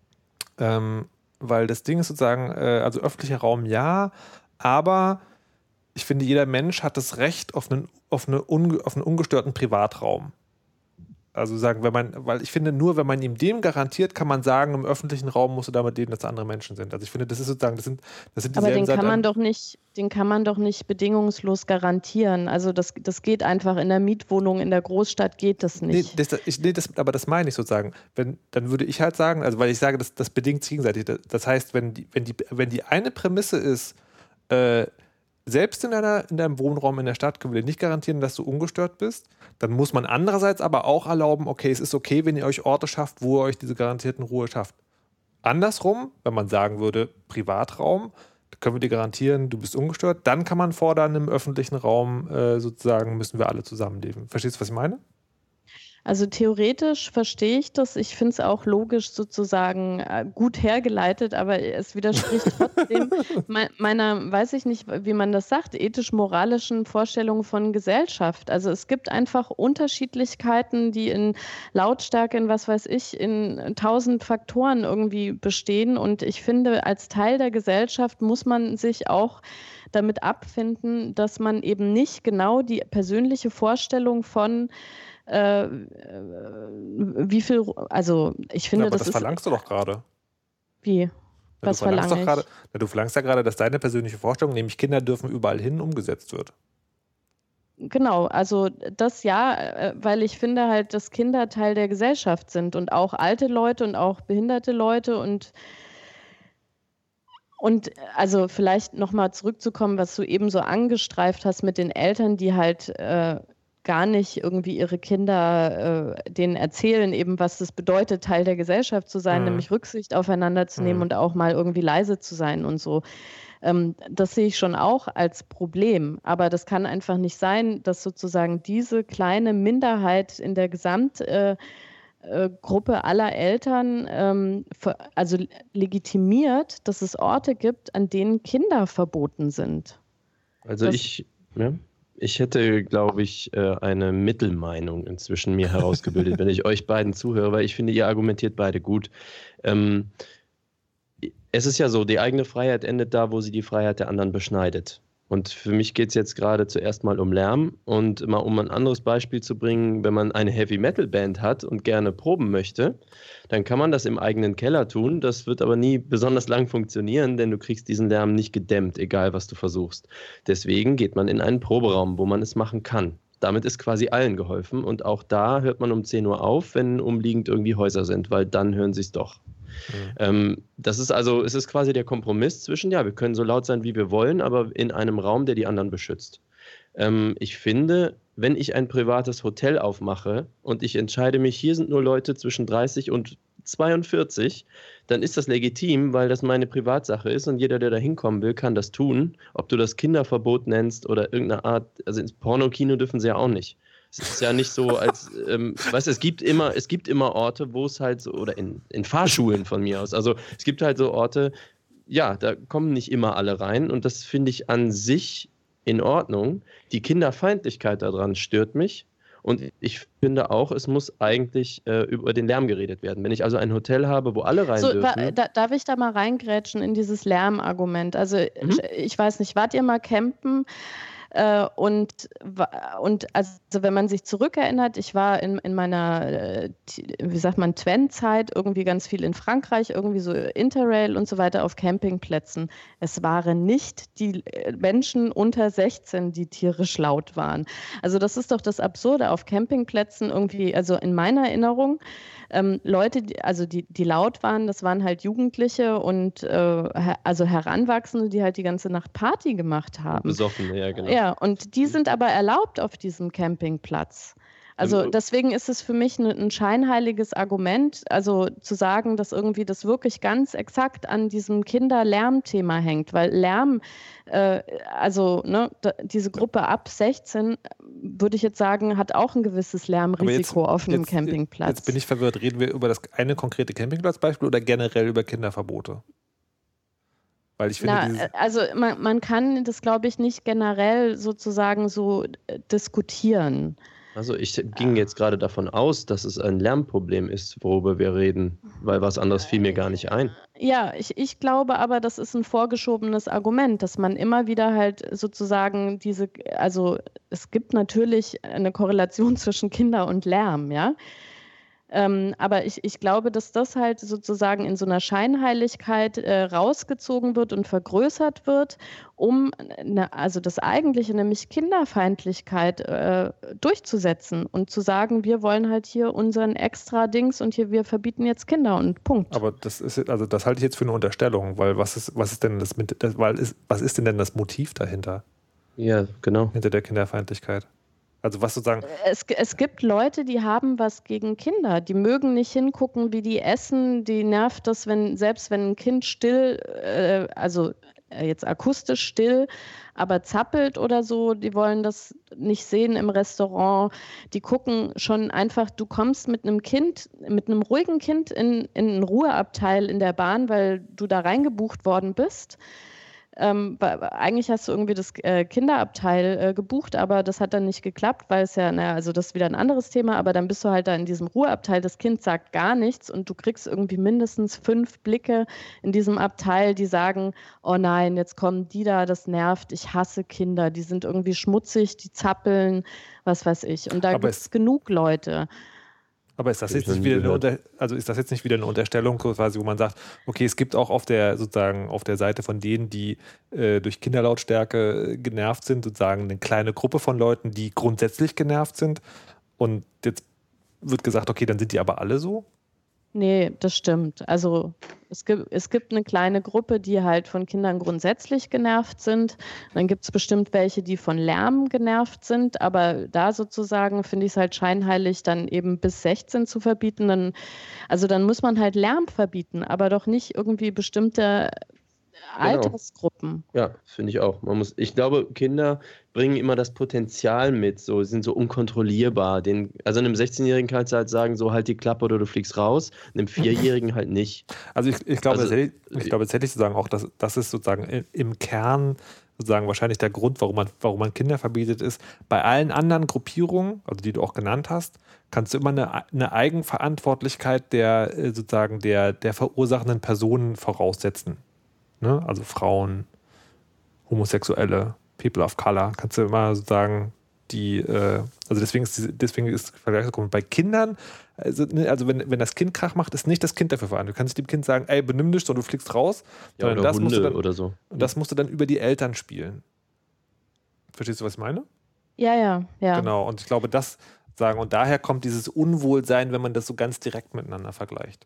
Speaker 2: das Ding ist sozusagen, also öffentlicher Raum ja, aber ich finde, jeder Mensch hat das Recht auf einen ungestörten Privatraum. Also sagen, weil ich finde, nur wenn man ihm dem garantiert, kann man sagen, im öffentlichen Raum musst du damit leben, dass andere Menschen sind. Also ich finde, das ist sozusagen, das sind dieselben
Speaker 3: Aber den kann man doch nicht bedingungslos garantieren. Also das geht einfach in der Mietwohnung in der Großstadt geht das nicht.
Speaker 2: Aber das meine ich sozusagen. Dann würde ich halt sagen, also weil ich sage, das bedingt sich gegenseitig. Das heißt, wenn die eine Prämisse ist, selbst in deinem Wohnraum in der Stadt können wir dir nicht garantieren, dass du ungestört bist. Dann muss man andererseits aber auch erlauben, okay, es ist okay, wenn ihr euch Orte schafft, wo ihr euch diese garantierten Ruhe schafft. Andersrum, wenn man sagen würde, Privatraum, da können wir dir garantieren, du bist ungestört, dann kann man fordern, im öffentlichen Raum sozusagen müssen wir alle zusammenleben. Verstehst du, was ich meine?
Speaker 3: Also theoretisch verstehe ich das. Ich finde es auch logisch sozusagen gut hergeleitet, aber es widerspricht trotzdem meiner, weiß ich nicht, wie man das sagt, ethisch-moralischen Vorstellungen von Gesellschaft. Also es gibt einfach Unterschiedlichkeiten, die in Lautstärke, in was weiß ich, in 1000 Faktoren irgendwie bestehen. Und ich finde, als Teil der Gesellschaft muss man sich auch damit abfinden, dass man eben nicht genau die persönliche Vorstellung von wie viel, also ich finde,
Speaker 2: aber das verlangst du doch gerade.
Speaker 3: Wie? Was verlange ich?
Speaker 2: Du verlangst ja gerade, dass deine persönliche Vorstellung, nämlich Kinder dürfen überall hin, umgesetzt wird.
Speaker 3: Genau, also das ja, weil ich finde halt, dass Kinder Teil der Gesellschaft sind und auch alte Leute und auch behinderte Leute und also vielleicht nochmal zurückzukommen, was du eben so angestreift hast mit den Eltern, die halt gar nicht irgendwie ihre Kinder denen erzählen, eben was das bedeutet, Teil der Gesellschaft zu sein, nämlich Rücksicht aufeinander zu nehmen und auch mal irgendwie leise zu sein und so. Das sehe ich schon auch als Problem, aber das kann einfach nicht sein, dass sozusagen diese kleine Minderheit in der Gesamtgruppe aller Eltern also legitimiert, dass es Orte gibt, an denen Kinder verboten sind.
Speaker 4: Also ich hätte, glaube ich, eine Mittelmeinung inzwischen mir herausgebildet, wenn ich euch beiden zuhöre, weil ich finde, ihr argumentiert beide gut. Es ist ja so, die eigene Freiheit endet da, wo sie die Freiheit der anderen beschneidet. Und für mich geht es jetzt gerade zuerst mal um Lärm und mal um ein anderes Beispiel zu bringen, wenn man eine Heavy-Metal-Band hat und gerne proben möchte, dann kann man das im eigenen Keller tun. Das wird aber nie besonders lang funktionieren, denn du kriegst diesen Lärm nicht gedämmt, egal was du versuchst. Deswegen geht man in einen Proberaum, wo man es machen kann. damit ist quasi allen geholfen. Und auch da hört man um 10 Uhr auf, wenn umliegend irgendwie Häuser sind, weil dann hören sie es doch. Das ist also, es ist quasi der Kompromiss zwischen, ja, wir können so laut sein, wie wir wollen, aber in einem Raum, der die anderen beschützt. Ich finde, wenn ich ein privates Hotel aufmache und ich entscheide mich, hier sind nur Leute zwischen 30 und 42, dann ist das legitim, weil das meine Privatsache ist und jeder, der da hinkommen will, kann das tun. Ob du das Kinderverbot nennst oder irgendeine Art, also ins Pornokino dürfen sie ja auch nicht. Es ist ja nicht so, als, weißt du, es gibt immer Orte, wo es halt so, oder in Fahrschulen von mir aus, also es gibt halt so Orte, ja, da kommen nicht immer alle rein und das finde ich an sich in Ordnung. Die Kinderfeindlichkeit daran stört mich. Und ich finde auch, es muss eigentlich über den Lärm geredet werden. Wenn ich also ein Hotel habe, wo alle rein dürfen...
Speaker 3: Darf ich da mal reingrätschen in dieses Lärmargument? Also ich weiß nicht, wart ihr mal campen? Und also wenn man sich zurückerinnert, ich war in meiner, wie sagt man, Twent-Zeit irgendwie ganz viel in Frankreich, irgendwie so Interrail und so weiter auf Campingplätzen. Es waren nicht die Menschen unter 16, die tierisch laut waren. Also das ist doch das Absurde auf Campingplätzen irgendwie, also in meiner Erinnerung, Leute, die laut waren, das waren halt Jugendliche und also Heranwachsende, die halt die ganze Nacht Party gemacht haben.
Speaker 4: Besoffen, ja, genau.
Speaker 3: Ja, und die sind aber erlaubt auf diesem Campingplatz. Also deswegen ist es für mich ein scheinheiliges Argument, also zu sagen, dass irgendwie das wirklich ganz exakt an diesem Kinderlärmthema hängt, weil Lärm, diese Gruppe ab 16, würde ich jetzt sagen, hat auch ein gewisses Lärmrisiko auf einem Campingplatz.
Speaker 2: Jetzt bin ich verwirrt. Reden wir über das eine konkrete Campingplatzbeispiel oder generell über Kinderverbote? Weil ich finde,
Speaker 3: also man kann das, glaube ich, nicht generell sozusagen so diskutieren.
Speaker 4: Also ich ging jetzt gerade davon aus, dass es ein Lärmproblem ist, worüber wir reden, weil was anderes fiel mir gar nicht ein.
Speaker 3: Ja, ich glaube aber, das ist ein vorgeschobenes Argument, dass man immer wieder halt sozusagen also es gibt natürlich eine Korrelation zwischen Kinder und Lärm, ja. Aber ich glaube, dass das halt sozusagen in so einer Scheinheiligkeit rausgezogen wird und vergrößert wird, um also das Eigentliche, nämlich Kinderfeindlichkeit, durchzusetzen und zu sagen, wir wollen halt hier unseren Extra-Dings und hier wir verbieten jetzt Kinder und Punkt.
Speaker 2: Aber das halte ich jetzt für eine Unterstellung, weil was ist denn das Motiv dahinter?
Speaker 4: Ja, genau.
Speaker 2: Hinter der Kinderfeindlichkeit? Also was sozusagen...
Speaker 3: Es gibt Leute, die haben was gegen Kinder. Die mögen nicht hingucken, wie die essen. Die nervt das, selbst wenn ein Kind still, also jetzt akustisch still, aber zappelt oder so, die wollen das nicht sehen im Restaurant. Die gucken schon einfach, du kommst mit einem ruhigen Kind in ein Ruheabteil in der Bahn, weil du da reingebucht worden bist. Eigentlich hast du irgendwie das Kinderabteil gebucht, aber das hat dann nicht geklappt, weil es ja, also das ist wieder ein anderes Thema, aber dann bist du halt da in diesem Ruheabteil, das Kind sagt gar nichts und du kriegst irgendwie mindestens 5 Blicke in diesem Abteil, die sagen, oh nein, jetzt kommen die da, das nervt, ich hasse Kinder, die sind irgendwie schmutzig, die zappeln, was weiß ich. Und da gibt es genug Leute.
Speaker 2: Aber ist das jetzt nicht wieder eine Unterstellung, quasi, wo man sagt, okay, es gibt auch auf der Seite von denen, die durch Kinderlautstärke genervt sind, sozusagen eine kleine Gruppe von Leuten, die grundsätzlich genervt sind. Und jetzt wird gesagt, okay, dann sind die aber alle so?
Speaker 3: Nee, das stimmt. Also es gibt eine kleine Gruppe, die halt von Kindern grundsätzlich genervt sind. Dann gibt es bestimmt welche, die von Lärm genervt sind. Aber da sozusagen finde ich es halt scheinheilig, dann eben bis 16 zu verbieten. Dann muss man halt Lärm verbieten, aber doch nicht irgendwie bestimmte Altersgruppen.
Speaker 4: Ja, finde ich auch. Ich glaube, Kinder bringen immer das Potenzial mit, sind so unkontrollierbar. Also einem 16-Jährigen kannst du halt sagen, so halt die Klappe oder du fliegst raus, einem 4-Jährigen halt nicht.
Speaker 2: Also ich glaube tatsächlich sozusagen auch, dass das ist sozusagen im Kern sozusagen wahrscheinlich der Grund, warum man Kinder verbietet, ist, bei allen anderen Gruppierungen, also die du auch genannt hast, kannst du immer eine Eigenverantwortlichkeit der verursachenden Personen voraussetzen. Ne? Also Frauen, Homosexuelle, People of Color, kannst du immer sozusagen deswegen ist Vergleichsgrund bei Kindern, also wenn das Kind Krach macht, ist nicht das Kind dafür verantwortlich. Du kannst dem Kind sagen, ey, benimm dich, sondern du fliegst raus.
Speaker 4: Ja, oder Hunde oder so.
Speaker 2: Und das musst du dann über die Eltern spielen. Verstehst du, was ich meine?
Speaker 3: Ja.
Speaker 2: Genau, und ich glaube, und daher kommt dieses Unwohlsein, wenn man das so ganz direkt miteinander vergleicht.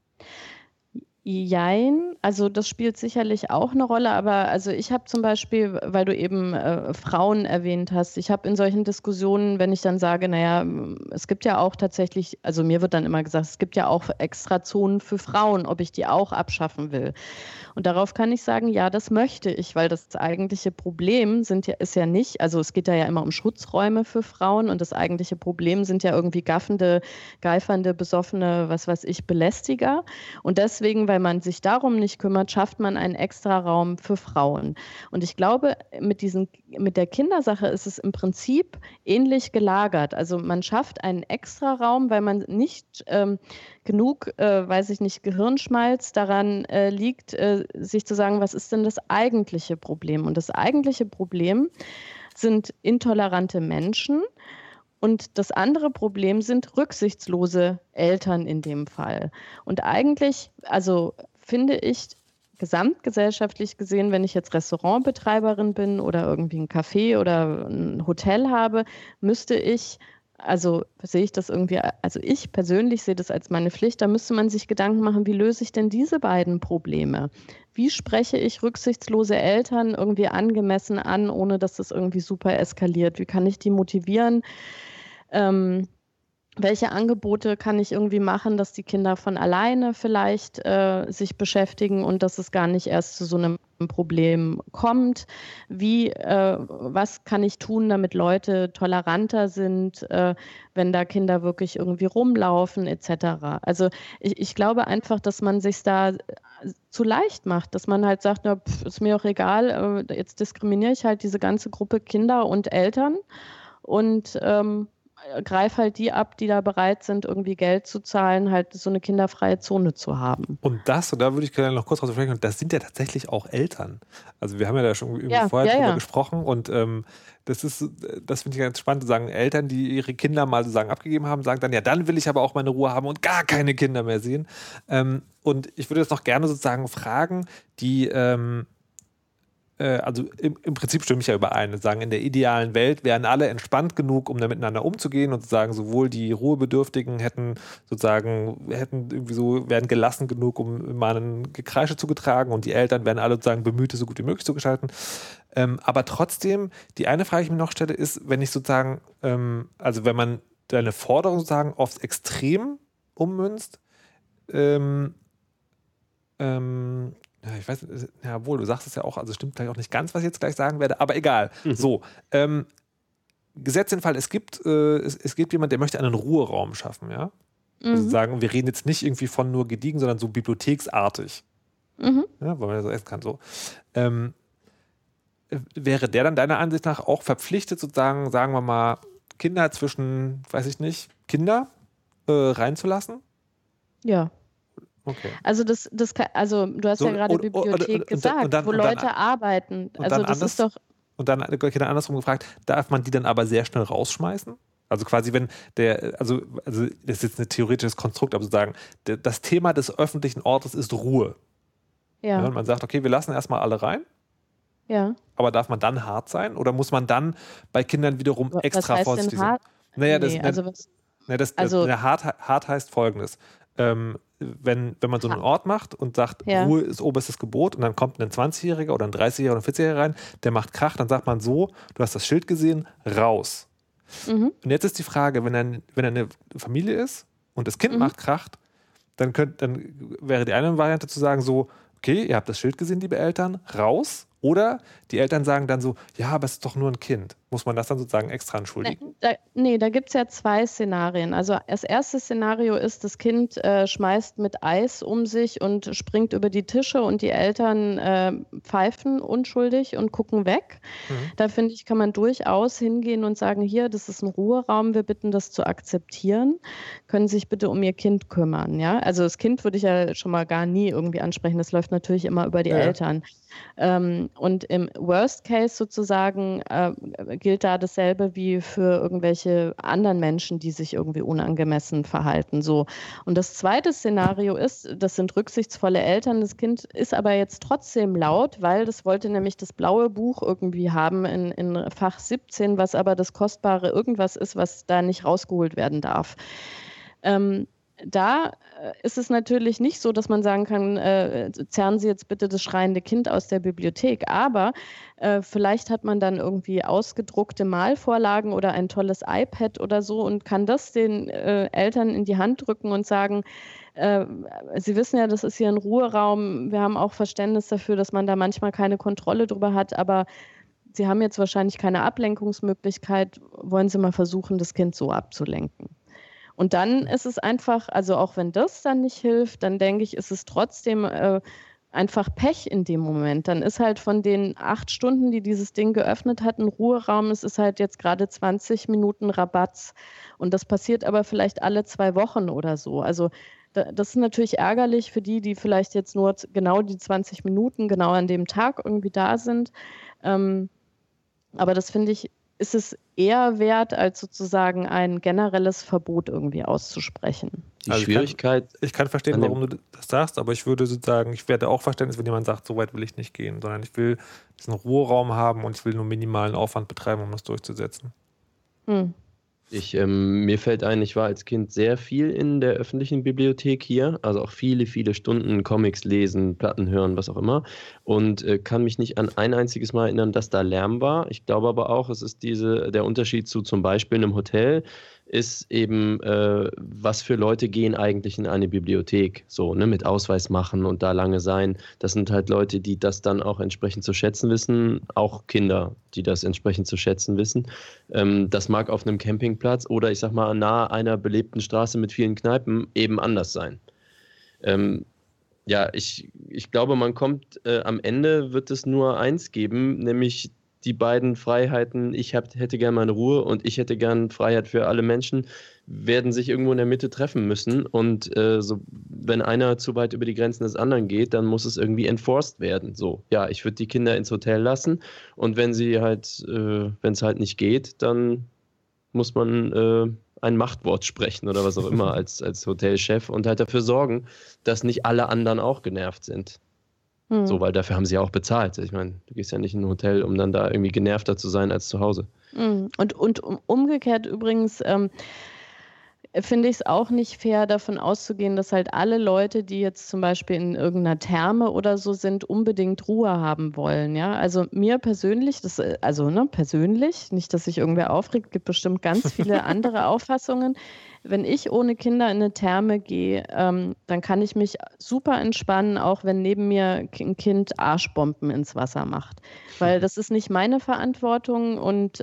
Speaker 3: Jein, also das spielt sicherlich auch eine Rolle, aber also ich habe zum Beispiel, weil du eben Frauen erwähnt hast, ich habe in solchen Diskussionen, wenn ich dann sage, naja, es gibt ja auch tatsächlich, also mir wird dann immer gesagt, es gibt ja auch extra Zonen für Frauen, ob ich die auch abschaffen will. Und darauf kann ich sagen, ja, das möchte ich, weil das eigentliche Problem ist ja nicht, also es geht da ja immer um Schutzräume für Frauen und das eigentliche Problem sind ja irgendwie gaffende, geifernde, besoffene, was weiß ich, Belästiger. Und deswegen, weil man sich darum nicht kümmert, schafft man einen extra Raum für Frauen. Und ich glaube, mit der Kindersache ist es im Prinzip ähnlich gelagert. Also man schafft einen extra Raum, weil man nicht genug, weiß ich nicht, Gehirnschmalz daran liegt, sich zu sagen, was ist denn das eigentliche Problem? Und das eigentliche Problem sind intolerante Menschen. Und das andere Problem sind rücksichtslose Eltern in dem Fall. Und eigentlich, also finde ich, gesamtgesellschaftlich gesehen, wenn ich jetzt Restaurantbetreiberin bin oder irgendwie ein Café oder ein Hotel habe, müsste ich, also sehe ich das irgendwie, also ich persönlich sehe das als meine Pflicht, da müsste man sich Gedanken machen, wie löse ich denn diese beiden Probleme? Wie spreche ich rücksichtslose Eltern irgendwie angemessen an, ohne dass das irgendwie super eskaliert? Wie kann ich die motivieren? Welche Angebote kann ich irgendwie machen, dass die Kinder von alleine vielleicht sich beschäftigen und dass es gar nicht erst zu so einem Problem kommt? Was kann ich tun, damit Leute toleranter sind, wenn da Kinder wirklich irgendwie rumlaufen etc.? Also ich glaube einfach, dass man sich da zu leicht macht, dass man halt sagt, na, ist mir auch egal, jetzt diskriminiere ich halt diese ganze Gruppe Kinder und Eltern und greif halt die ab, die da bereit sind, irgendwie Geld zu zahlen, halt so eine kinderfreie Zone zu haben.
Speaker 2: Und da würde ich gerne noch kurz drauf sprechen, das sind ja tatsächlich auch Eltern. Also wir haben ja da schon vorher drüber gesprochen und das finde ich ganz spannend, zu sagen, Eltern, die ihre Kinder mal sozusagen abgegeben haben, sagen dann, ja, dann will ich aber auch meine Ruhe haben und gar keine Kinder mehr sehen. Und ich würde jetzt noch gerne sozusagen fragen, die also im Prinzip stimme ich ja überein. Sagen, in der idealen Welt wären alle entspannt genug, um da miteinander umzugehen und sozusagen sowohl die Ruhebedürftigen wären gelassen genug, um mal ein Gekreische zu getragen und die Eltern wären alle sozusagen bemüht, es so gut wie möglich zu gestalten. Aber trotzdem, die eine Frage, die ich mir noch stelle, ist, wenn ich sozusagen, also wenn man deine Forderung sozusagen aufs Extrem ummünzt, ich weiß, ja wohl, du sagst es ja auch, also stimmt vielleicht auch nicht ganz, was ich jetzt gleich sagen werde, aber egal. So, Gesetz den Fall, es gibt jemand, der möchte einen Ruheraum schaffen, ja? Also sagen, wir reden jetzt nicht irgendwie von nur gediegen, sondern so bibliotheksartig. Ja, weil man ja so essen kann, so. Wäre der dann deiner Ansicht nach auch verpflichtet, sozusagen, sagen wir mal, Kinder zwischen, weiß ich nicht, Kinder reinzulassen?
Speaker 3: Ja.
Speaker 2: Okay.
Speaker 3: Also du hast ja gerade Bibliothek gesagt, wo Leute arbeiten. Also das ist doch.
Speaker 2: Und dann andersrum gefragt, darf man die dann aber sehr schnell rausschmeißen? Also quasi, wenn also das ist jetzt ein theoretisches Konstrukt, aber sozusagen, das Thema des öffentlichen Ortes ist Ruhe. Ja. Und man sagt, okay, wir lassen erstmal alle rein.
Speaker 3: Ja.
Speaker 2: Aber darf man dann hart sein? Oder muss man dann bei Kindern wiederum extra vorsichtig sein? Naja, hart heißt Folgendes. Wenn man so einen Ort macht und sagt, Ruhe ist oberstes Gebot und dann kommt ein 20-Jähriger oder ein 30-Jähriger oder ein 40-Jähriger rein, der macht Krach, dann sagt man so, du hast das Schild gesehen, raus. Und jetzt ist die Frage, wenn eine Familie ist und das Kind macht Krach, dann wäre die eine Variante zu sagen so, okay, ihr habt das Schild gesehen, liebe Eltern, raus. Oder die Eltern sagen dann so, ja, aber es ist doch nur ein Kind. Muss man das dann sozusagen extra entschuldigen?
Speaker 3: Da gibt es ja zwei Szenarien. Also das erste Szenario ist, das Kind schmeißt mit Eis um sich und springt über die Tische und die Eltern pfeifen unschuldig und gucken weg. Da finde ich, kann man durchaus hingehen und sagen, hier, das ist ein Ruheraum, wir bitten das zu akzeptieren. Können Sie sich bitte um Ihr Kind kümmern? Ja? Also das Kind würde ich ja schon mal gar nie irgendwie ansprechen. Das läuft natürlich immer über die Eltern. Und im Worst Case sozusagen gilt da dasselbe wie für irgendwelche anderen Menschen, die sich irgendwie unangemessen verhalten. So. Und das zweite Szenario ist, das sind rücksichtsvolle Eltern, das Kind ist aber jetzt trotzdem laut, weil das wollte nämlich das blaue Buch irgendwie haben in Fach 17, was aber das kostbare irgendwas ist, was da nicht rausgeholt werden darf. Da ist es natürlich nicht so, dass man sagen kann, zerren Sie jetzt bitte das schreiende Kind aus der Bibliothek. Aber vielleicht hat man dann irgendwie ausgedruckte Malvorlagen oder ein tolles iPad oder so und kann das den Eltern in die Hand drücken und sagen, Sie wissen ja, das ist hier ein Ruheraum. Wir haben auch Verständnis dafür, dass man da manchmal keine Kontrolle drüber hat. Aber Sie haben jetzt wahrscheinlich keine Ablenkungsmöglichkeit. Wollen Sie mal versuchen, das Kind so abzulenken? Und dann ist es einfach, also auch wenn das dann nicht hilft, dann denke ich, ist es trotzdem einfach Pech in dem Moment. Dann ist halt von den 8 Stunden, die dieses Ding geöffnet hat, ein Ruheraum, es ist halt jetzt gerade 20 Minuten Rabatz. Und das passiert aber vielleicht alle 2 Wochen oder so. Also das ist natürlich ärgerlich für die vielleicht jetzt nur genau die 20 Minuten genau an dem Tag irgendwie da sind. Aber das finde ich, ist es eher wert, als sozusagen ein generelles Verbot irgendwie auszusprechen.
Speaker 4: Die Schwierigkeit...
Speaker 2: Ich kann verstehen, warum du das sagst, aber ich würde sozusagen, ich werde auch Verständnis, wenn jemand sagt, so weit will ich nicht gehen, sondern ich will diesen Ruheraum haben und ich will nur minimalen Aufwand betreiben, um das durchzusetzen.
Speaker 4: Mir fällt ein, ich war als Kind sehr viel in der öffentlichen Bibliothek hier, also auch viele, viele Stunden Comics lesen, Platten hören, was auch immer, und kann mich nicht an ein einziges Mal erinnern, dass da Lärm war. Ich glaube aber auch, es ist der Unterschied zu zum Beispiel einem Hotel, ist eben, was für Leute gehen eigentlich in eine Bibliothek, so, ne, mit Ausweis machen und da lange sein. Das sind halt Leute, die das dann auch entsprechend zu schätzen wissen, auch Kinder, die das entsprechend zu schätzen wissen. Das mag auf einem Campingplatz oder ich sag mal nahe einer belebten Straße mit vielen Kneipen eben anders sein. Ja, ich glaube, man kommt, am Ende wird es nur eins geben, nämlich die beiden Freiheiten, hätte gern meine Ruhe und ich hätte gern Freiheit für alle Menschen, werden sich irgendwo in der Mitte treffen müssen. Und wenn einer zu weit über die Grenzen des anderen geht, dann muss es irgendwie enforced werden. So, ja, ich würde die Kinder ins Hotel lassen und wenn es halt nicht geht, dann muss man ein Machtwort sprechen oder was auch immer als Hotelchef und halt dafür sorgen, dass nicht alle anderen auch genervt sind. So, weil dafür haben sie ja auch bezahlt. Ich meine, du gehst ja nicht in ein Hotel, um dann da irgendwie genervter zu sein als zu Hause.
Speaker 3: Und umgekehrt übrigens finde ich es auch nicht fair, davon auszugehen, dass halt alle Leute, die jetzt zum Beispiel in irgendeiner Therme oder so sind, unbedingt Ruhe haben wollen. Ja? Also mir persönlich, persönlich, nicht, dass sich irgendwer aufregt, gibt bestimmt ganz viele andere Auffassungen. Wenn ich ohne Kinder in eine Therme gehe, dann kann ich mich super entspannen, auch wenn neben mir ein Kind Arschbomben ins Wasser macht. Weil das ist nicht meine Verantwortung und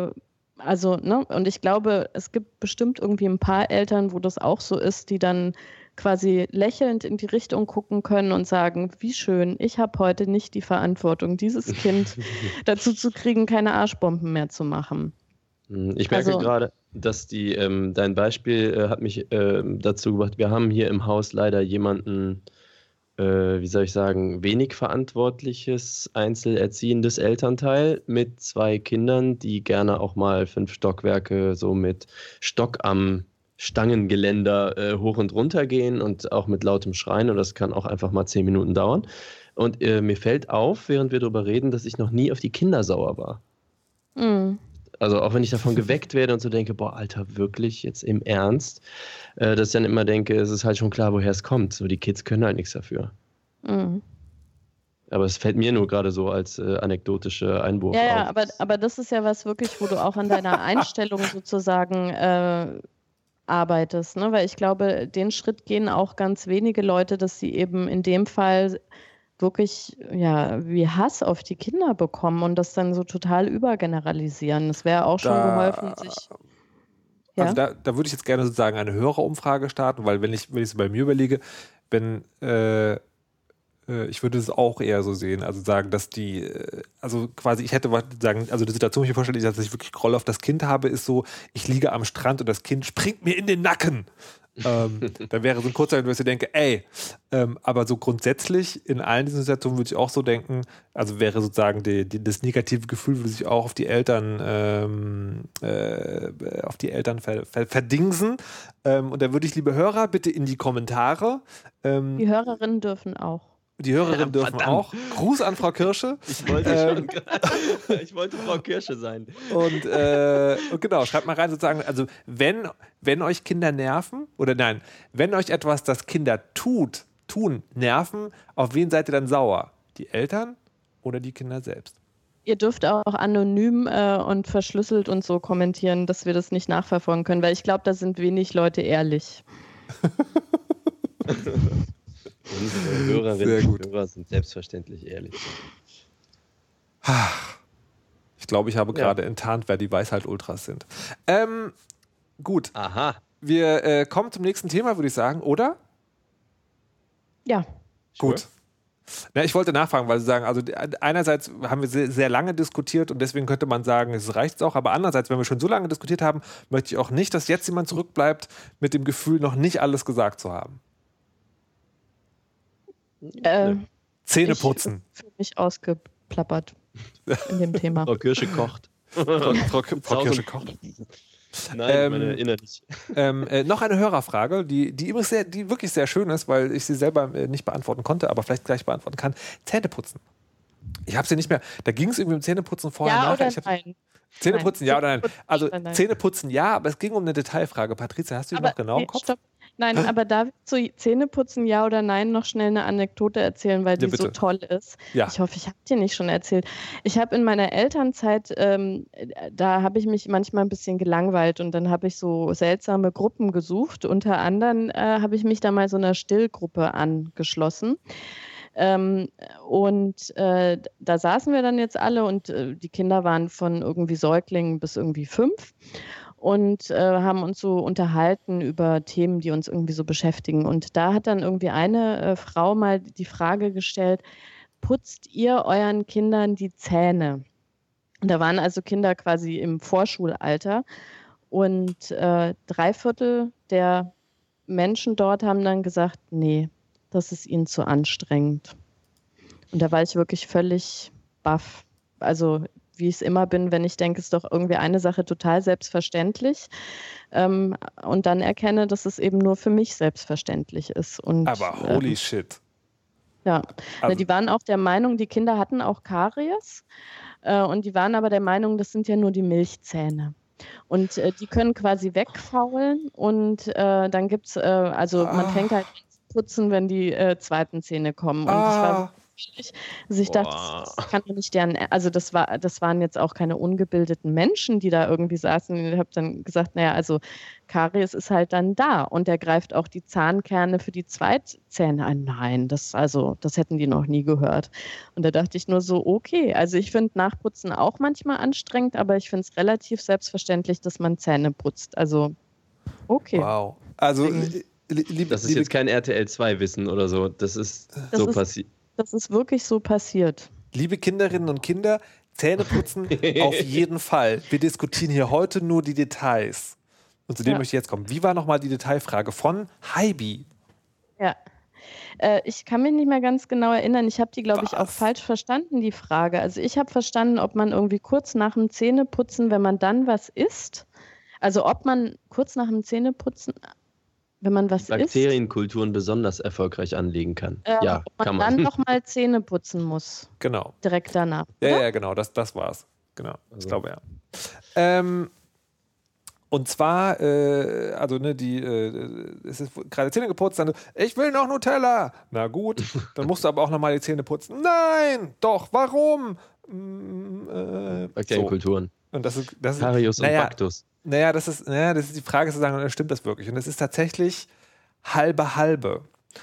Speaker 3: und ich glaube, es gibt bestimmt irgendwie ein paar Eltern, wo das auch so ist, die dann quasi lächelnd in die Richtung gucken können und sagen, wie schön, ich habe heute nicht die Verantwortung, dieses Kind dazu zu kriegen, keine Arschbomben mehr zu machen.
Speaker 4: Ich merke gerade, dass dein Beispiel hat mich dazu gebracht, wir haben hier im Haus leider jemanden, wie soll ich sagen, wenig verantwortliches, einzelerziehendes Elternteil mit 2 Kindern, die gerne auch mal 5 Stockwerke so mit Stock am Stangengeländer hoch und runter gehen und auch mit lautem Schreien und das kann auch einfach mal 10 Minuten dauern. Und mir fällt auf, während wir darüber reden, dass ich noch nie auf die Kinder sauer war. Also auch wenn ich davon geweckt werde und so denke, boah, Alter, wirklich, jetzt im Ernst, dass ich dann immer denke, es ist halt schon klar, woher es kommt. So, die Kids können halt nichts dafür. Aber es fällt mir nur gerade so als anekdotische Einwurf auf.
Speaker 3: Ja, aber das ist ja was wirklich, wo du auch an deiner Einstellung sozusagen arbeitest, ne? Weil ich glaube, den Schritt gehen auch ganz wenige Leute, dass sie eben in dem Fall wirklich wie Hass auf die Kinder bekommen und das dann so total übergeneralisieren. Das wäre auch schon geholfen, sich... Ja?
Speaker 2: Also da würde ich jetzt gerne sozusagen eine Hörerumfrage starten, weil wenn ich so bei mir überlege, ich würde es auch eher so sehen, also sagen, dass ich hätte sagen, also die Situation, die ich mir vorstelle, dass ich wirklich Groll auf das Kind habe, ist so, ich liege am Strand und das Kind springt mir in den Nacken. Dann wäre so ein kurzer, wo ich denke, aber so grundsätzlich in allen diesen Situationen würde ich auch so denken, also wäre sozusagen das negative Gefühl würde sich auch auf die Eltern verdingsen. Und da würde ich, liebe Hörer, bitte in die Kommentare.
Speaker 3: Die Hörerinnen dürfen auch.
Speaker 2: Die Hörerinnen dürfen auch. Gruß an Frau Kirsche.
Speaker 4: Ich wollte Frau Kirsche sein.
Speaker 2: Und genau, schreibt mal rein sozusagen, also wenn euch Kinder nerven, oder nein, wenn euch etwas, das Kinder tun, nerven, auf wen seid ihr dann sauer? Die Eltern oder die Kinder selbst?
Speaker 3: Ihr dürft auch anonym und verschlüsselt und so kommentieren, dass wir das nicht nachverfolgen können, weil ich glaube, da sind wenig Leute ehrlich.
Speaker 4: Unsere Hörerinnen und Hörer sind selbstverständlich ehrlich.
Speaker 2: Ich glaube, ich habe gerade enttarnt, wer die Weisheit-Ultras sind. Gut.
Speaker 4: Aha.
Speaker 2: Wir kommen zum nächsten Thema, würde ich sagen, oder?
Speaker 3: Ja.
Speaker 2: Gut. Na, ich wollte nachfragen, weil Sie sagen, also einerseits haben wir sehr, sehr lange diskutiert und deswegen könnte man sagen, es reicht auch, aber andererseits, wenn wir schon so lange diskutiert haben, möchte ich auch nicht, dass jetzt jemand zurückbleibt mit dem Gefühl, noch nicht alles gesagt zu haben. Zähne putzen.
Speaker 3: Ich fühle mich ausgeplappert in dem Thema.
Speaker 4: Frau Kirsche kocht.
Speaker 2: Frau Kirsche kocht.
Speaker 4: Nein, meine innerlich.
Speaker 2: Noch eine Hörerfrage, die wirklich sehr schön ist, weil ich sie selber nicht beantworten konnte, aber vielleicht gleich beantworten kann. Zähneputzen. Ich habe sie nicht mehr. Da ging es irgendwie um Zähneputzen vorher.
Speaker 3: Ja
Speaker 2: nachher.
Speaker 3: oder nein?
Speaker 2: Zähneputzen, ja oder nein? Also Zähneputzen, ja, aber es ging um eine Detailfrage. Patricia, hast du die noch genau im Kopf?
Speaker 3: Stopp. Nein, aber darf ich zu Zähneputzen, ja oder nein, noch schnell eine Anekdote erzählen, weil die so toll ist.
Speaker 2: Ja.
Speaker 3: Ich hoffe, ich habe dir nicht schon erzählt. Ich habe in meiner Elternzeit, da habe ich mich manchmal ein bisschen gelangweilt und dann habe ich so seltsame Gruppen gesucht. Unter anderem habe ich mich da mal so einer Stillgruppe angeschlossen. Da saßen wir dann jetzt alle und die Kinder waren von irgendwie Säuglingen bis irgendwie 5 und haben uns so unterhalten über Themen, die uns irgendwie so beschäftigen. Und da hat dann irgendwie eine Frau mal die Frage gestellt, putzt ihr euren Kindern die Zähne? Und da waren also Kinder quasi im Vorschulalter und 3/4 der Menschen dort haben dann gesagt, nee, das ist ihnen zu anstrengend. Und da war ich wirklich völlig baff. Also wie ich es immer bin, wenn ich denke, es ist doch irgendwie eine Sache total selbstverständlich und dann erkenne, dass es eben nur für mich selbstverständlich ist. Und,
Speaker 2: aber holy shit.
Speaker 3: Ja, also, die waren auch der Meinung, die Kinder hatten auch Karies und die waren aber der Meinung, das sind ja nur die Milchzähne. Und die können quasi wegfaulen und dann gibt es, man fängt halt an zu putzen, wenn die zweiten Zähne kommen. Und ich war also ich dachte, das kann doch nicht deren, also das waren jetzt auch keine ungebildeten Menschen, die da irgendwie saßen. Ich habe dann gesagt, naja, also Karies ist halt dann da und der greift auch die Zahnkerne für die Zweitzähne an. Nein, das hätten die noch nie gehört. Und da dachte ich nur so, okay, also ich finde Nachputzen auch manchmal anstrengend, aber ich finde es relativ selbstverständlich, dass man Zähne putzt. Also, okay.
Speaker 2: Wow. Also,
Speaker 4: das ist jetzt kein RTL-2-Wissen oder so. Das ist so passiert.
Speaker 3: Das ist wirklich so passiert.
Speaker 2: Liebe Kinderinnen und Kinder, Zähneputzen auf jeden Fall. Wir diskutieren hier heute nur die Details. Und zu dem möchte ich jetzt kommen. Wie war nochmal die Detailfrage von Heibi?
Speaker 3: Ja, ich kann mich nicht mehr ganz genau erinnern. Ich habe die, glaube ich, auch falsch verstanden, die Frage. Also ich habe verstanden, ob man irgendwie kurz nach dem Zähneputzen, wenn man dann was isst, also ob man kurz nach dem Zähneputzen, wenn man was
Speaker 4: Bakterienkulturen besonders erfolgreich anlegen kann. Ja, kann man.
Speaker 3: Dann nochmal Zähne putzen muss.
Speaker 2: Genau.
Speaker 3: Direkt danach. Oder?
Speaker 2: Ja, genau, das war's. Genau, ich glaube ja. Und zwar, es ist gerade Zähne geputzt, dann, ich will noch Nutella. Na gut, dann musst du aber auch nochmal die Zähne putzen. Nein, doch, warum?
Speaker 4: Bakterienkulturen.
Speaker 2: So. Und das ist
Speaker 4: Karius und Baktus.
Speaker 2: Naja, das ist die Frage zu sagen, stimmt das wirklich? Und es ist tatsächlich halbe.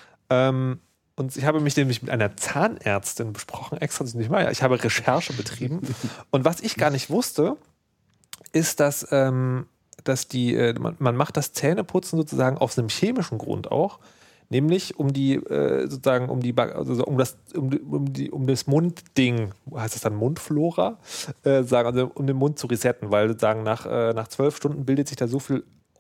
Speaker 2: Und ich habe mich nämlich mit einer Zahnärztin besprochen, extra nicht mal. Ich habe Recherche betrieben. Und was ich gar nicht wusste, ist, dass man macht das Zähneputzen sozusagen aus einem chemischen Grund auch, nämlich um das Mundding, heißt das dann Mundflora, um den Mund zu resetten, weil sozusagen nach 12 Stunden bildet sich da so viel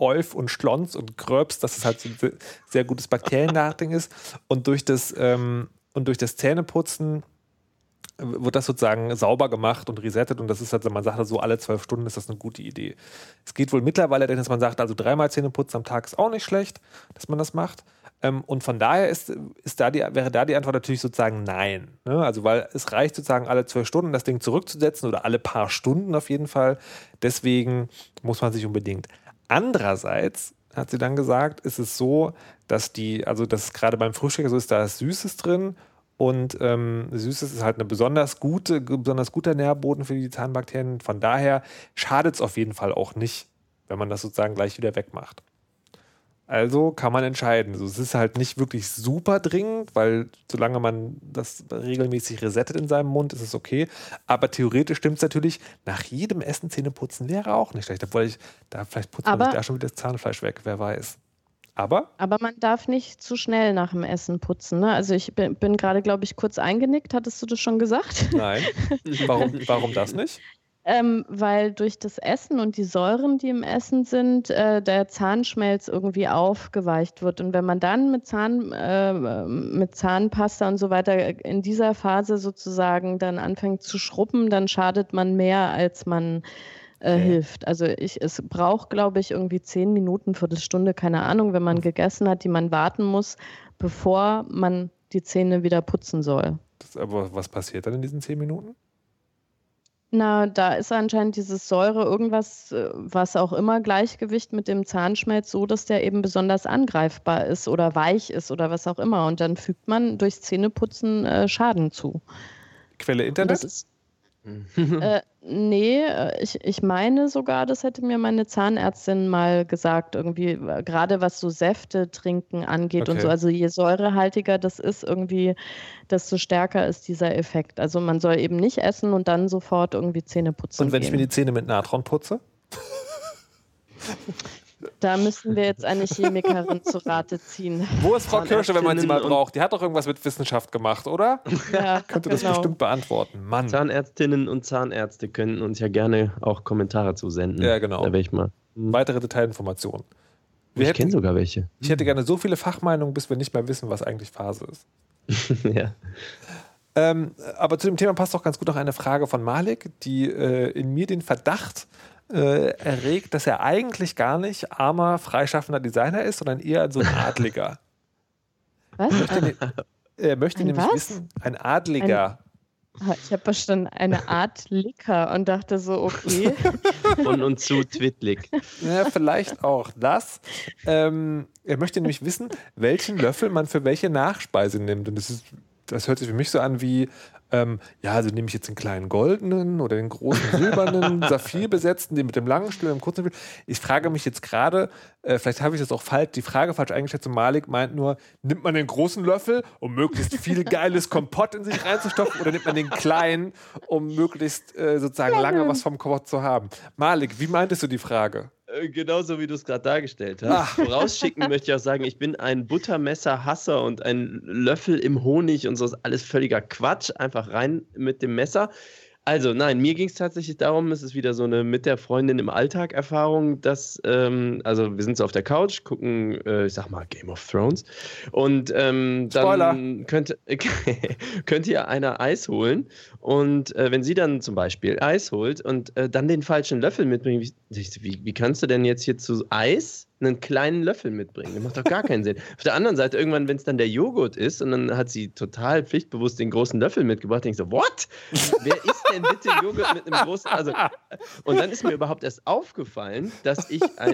Speaker 2: Euf und Schlons und Gröbs, dass es halt so ein sehr gutes Bakteriennachding ist. Und durch das Zähneputzen wird das sozusagen sauber gemacht und resettet und das ist halt, man sagt so alle 12 Stunden ist das eine gute Idee. Es geht wohl mittlerweile, dass man sagt, also 3-mal Zähneputzen am Tag ist auch nicht schlecht, dass man das macht. Und von daher wäre da die Antwort natürlich sozusagen nein. Ne? Also weil es reicht sozusagen alle 12 Stunden das Ding zurückzusetzen oder alle paar Stunden auf jeden Fall. Deswegen muss man sich unbedingt. Andererseits hat sie dann gesagt, ist es so, dass es gerade beim Frühstück so ist, da ist Süßes drin. Und Süßes ist halt ein besonders guter Nährboden für die Zahnbakterien. Von daher schadet es auf jeden Fall auch nicht, wenn man das sozusagen gleich wieder wegmacht. Also kann man entscheiden. Also es ist halt nicht wirklich super dringend, weil solange man das regelmäßig resettet in seinem Mund, ist es okay. Aber theoretisch stimmt es natürlich, nach jedem Essen Zähne putzen wäre auch nicht schlecht. Vielleicht putzt man sich da schon wieder das Zahnfleisch weg, wer weiß. Aber
Speaker 3: man darf nicht zu schnell nach dem Essen putzen. Ne? Also ich bin gerade, glaube ich, kurz eingenickt. Hattest du das schon gesagt?
Speaker 2: Nein. Warum das nicht?
Speaker 3: Weil durch das Essen und die Säuren, die im Essen sind, der Zahnschmelz irgendwie aufgeweicht wird. Und wenn man dann mit Zahnpasta und so weiter in dieser Phase sozusagen dann anfängt zu schrubben, dann schadet man mehr, als man hilft. Also es braucht, glaube ich, irgendwie 10 Minuten, Viertelstunde, keine Ahnung, wenn man gegessen hat, die man warten muss, bevor man die Zähne wieder putzen soll.
Speaker 2: Aber was passiert dann in diesen 10 Minuten?
Speaker 3: Na, da ist anscheinend dieses Säure irgendwas, was auch immer, Gleichgewicht mit dem Zahnschmelz so, dass der eben besonders angreifbar ist oder weich ist oder was auch immer. Und dann fügt man durchs Zähneputzen Schaden zu.
Speaker 2: Quelle Internet?
Speaker 3: Nee, ich meine sogar, das hätte mir meine Zahnärztin mal gesagt, irgendwie, gerade was so Säfte trinken angeht und so. Also je säurehaltiger das ist, irgendwie, desto stärker ist dieser Effekt. Also man soll eben nicht essen und dann sofort irgendwie Zähne putzen.
Speaker 2: Und wenn ich mir die Zähne mit Natron putze?
Speaker 3: Da müssen wir jetzt eine Chemikerin zu Rate ziehen.
Speaker 2: Wo ist Frau Kirsche, wenn man sie mal braucht? Die hat doch irgendwas mit Wissenschaft gemacht, oder?
Speaker 3: Ja,
Speaker 2: könnte das bestimmt beantworten. Mann.
Speaker 4: Zahnärztinnen und Zahnärzte könnten uns ja gerne auch Kommentare zusenden.
Speaker 2: Ja, genau.
Speaker 4: Da wäre ich mal.
Speaker 2: Weitere Detailinformationen.
Speaker 4: Ich kenne sogar welche.
Speaker 2: Ich hätte gerne so viele Fachmeinungen, bis wir nicht mehr wissen, was eigentlich Phase ist.
Speaker 4: Ja.
Speaker 2: Aber zu dem Thema passt auch ganz gut noch eine Frage von Malik, die in mir den Verdacht erregt, dass er eigentlich gar nicht armer, freischaffender Designer ist, sondern eher so ein Adliger.
Speaker 3: Was?
Speaker 2: Er möchte nämlich wissen, ein Adliger.
Speaker 3: Ich habe verstanden, eine Art Licker und dachte so, okay.
Speaker 4: Und zu twittlig.
Speaker 2: Ja, vielleicht auch das. Er möchte nämlich wissen, welchen Löffel man für welche Nachspeise nimmt. Und das hört sich für mich so an wie, also nehme ich jetzt den kleinen goldenen oder den großen silbernen, saphirbesetzten, den mit dem langen Stiel, dem kurzen Stiel. Ich frage mich jetzt gerade, vielleicht habe ich das auch die Frage falsch eingeschätzt und Malik meint nur, nimmt man den großen Löffel, um möglichst viel geiles Kompott in sich reinzustopfen oder nimmt man den kleinen, um möglichst sozusagen lange was vom Kompott zu haben? Malik, wie meintest du die Frage?
Speaker 4: Genauso wie du es gerade dargestellt hast. Vorausschicken möchte ich auch sagen, ich bin ein Buttermesser-Hasser und ein Löffel im Honig und so ist alles völliger Quatsch. Einfach rein mit dem Messer. Also nein, mir ging es tatsächlich darum, es ist wieder so eine mit der Freundin im Alltag Erfahrung, dass, also wir sind so auf der Couch, gucken, ich sag mal Game of Thrones und dann könnte ihr einer Eis holen und wenn sie dann zum Beispiel Eis holt und dann den falschen Löffel mitbringt, wie kannst du denn jetzt hier zu Eis einen kleinen Löffel mitbringen? Das macht doch gar keinen Sinn. Auf der anderen Seite, irgendwann, wenn es dann der Joghurt ist und dann hat sie total pflichtbewusst den großen Löffel mitgebracht, denke ich so, what? Wer isst denn bitte Joghurt mit einem großen, und dann ist mir überhaupt erst aufgefallen, dass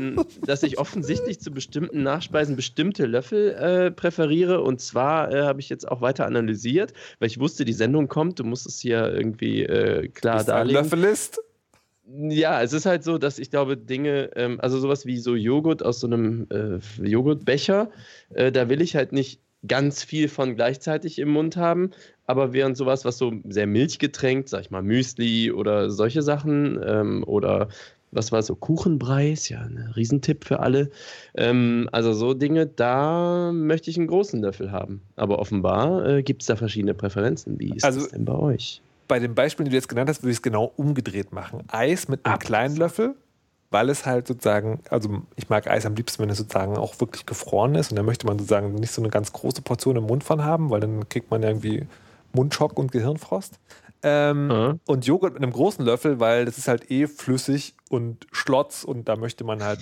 Speaker 4: ich offensichtlich zu bestimmten Nachspeisen bestimmte Löffel präferiere und zwar habe ich jetzt auch weiter analysiert, weil ich wusste, die Sendung kommt, du musst es hier irgendwie klar darlegen.
Speaker 2: Löffelist?
Speaker 4: Ja, es ist halt so, dass ich glaube, Dinge, also sowas wie so Joghurt aus so einem Joghurtbecher, da will ich halt nicht ganz viel von gleichzeitig im Mund haben, aber während sowas, was so sehr milchgetränkt, sag ich mal Müsli oder solche Sachen oder was war so, Kuchenbrei, ist ja ein Riesentipp für alle, also so Dinge, da möchte ich einen großen Löffel haben, aber offenbar gibt es da verschiedene Präferenzen. Wie ist das denn bei euch?
Speaker 2: Bei den Beispielen, die du jetzt genannt hast, würde ich es genau umgedreht machen. Eis mit einem kleinen Löffel weil es halt sozusagen, also ich mag Eis am liebsten, wenn es sozusagen auch wirklich gefroren ist und da möchte man sozusagen nicht so eine ganz große Portion im Mund von haben, weil dann kriegt man irgendwie Mundschock und Gehirnfrost. Und Joghurt mit einem großen Löffel, weil das ist halt flüssig und Schlotz und da möchte man halt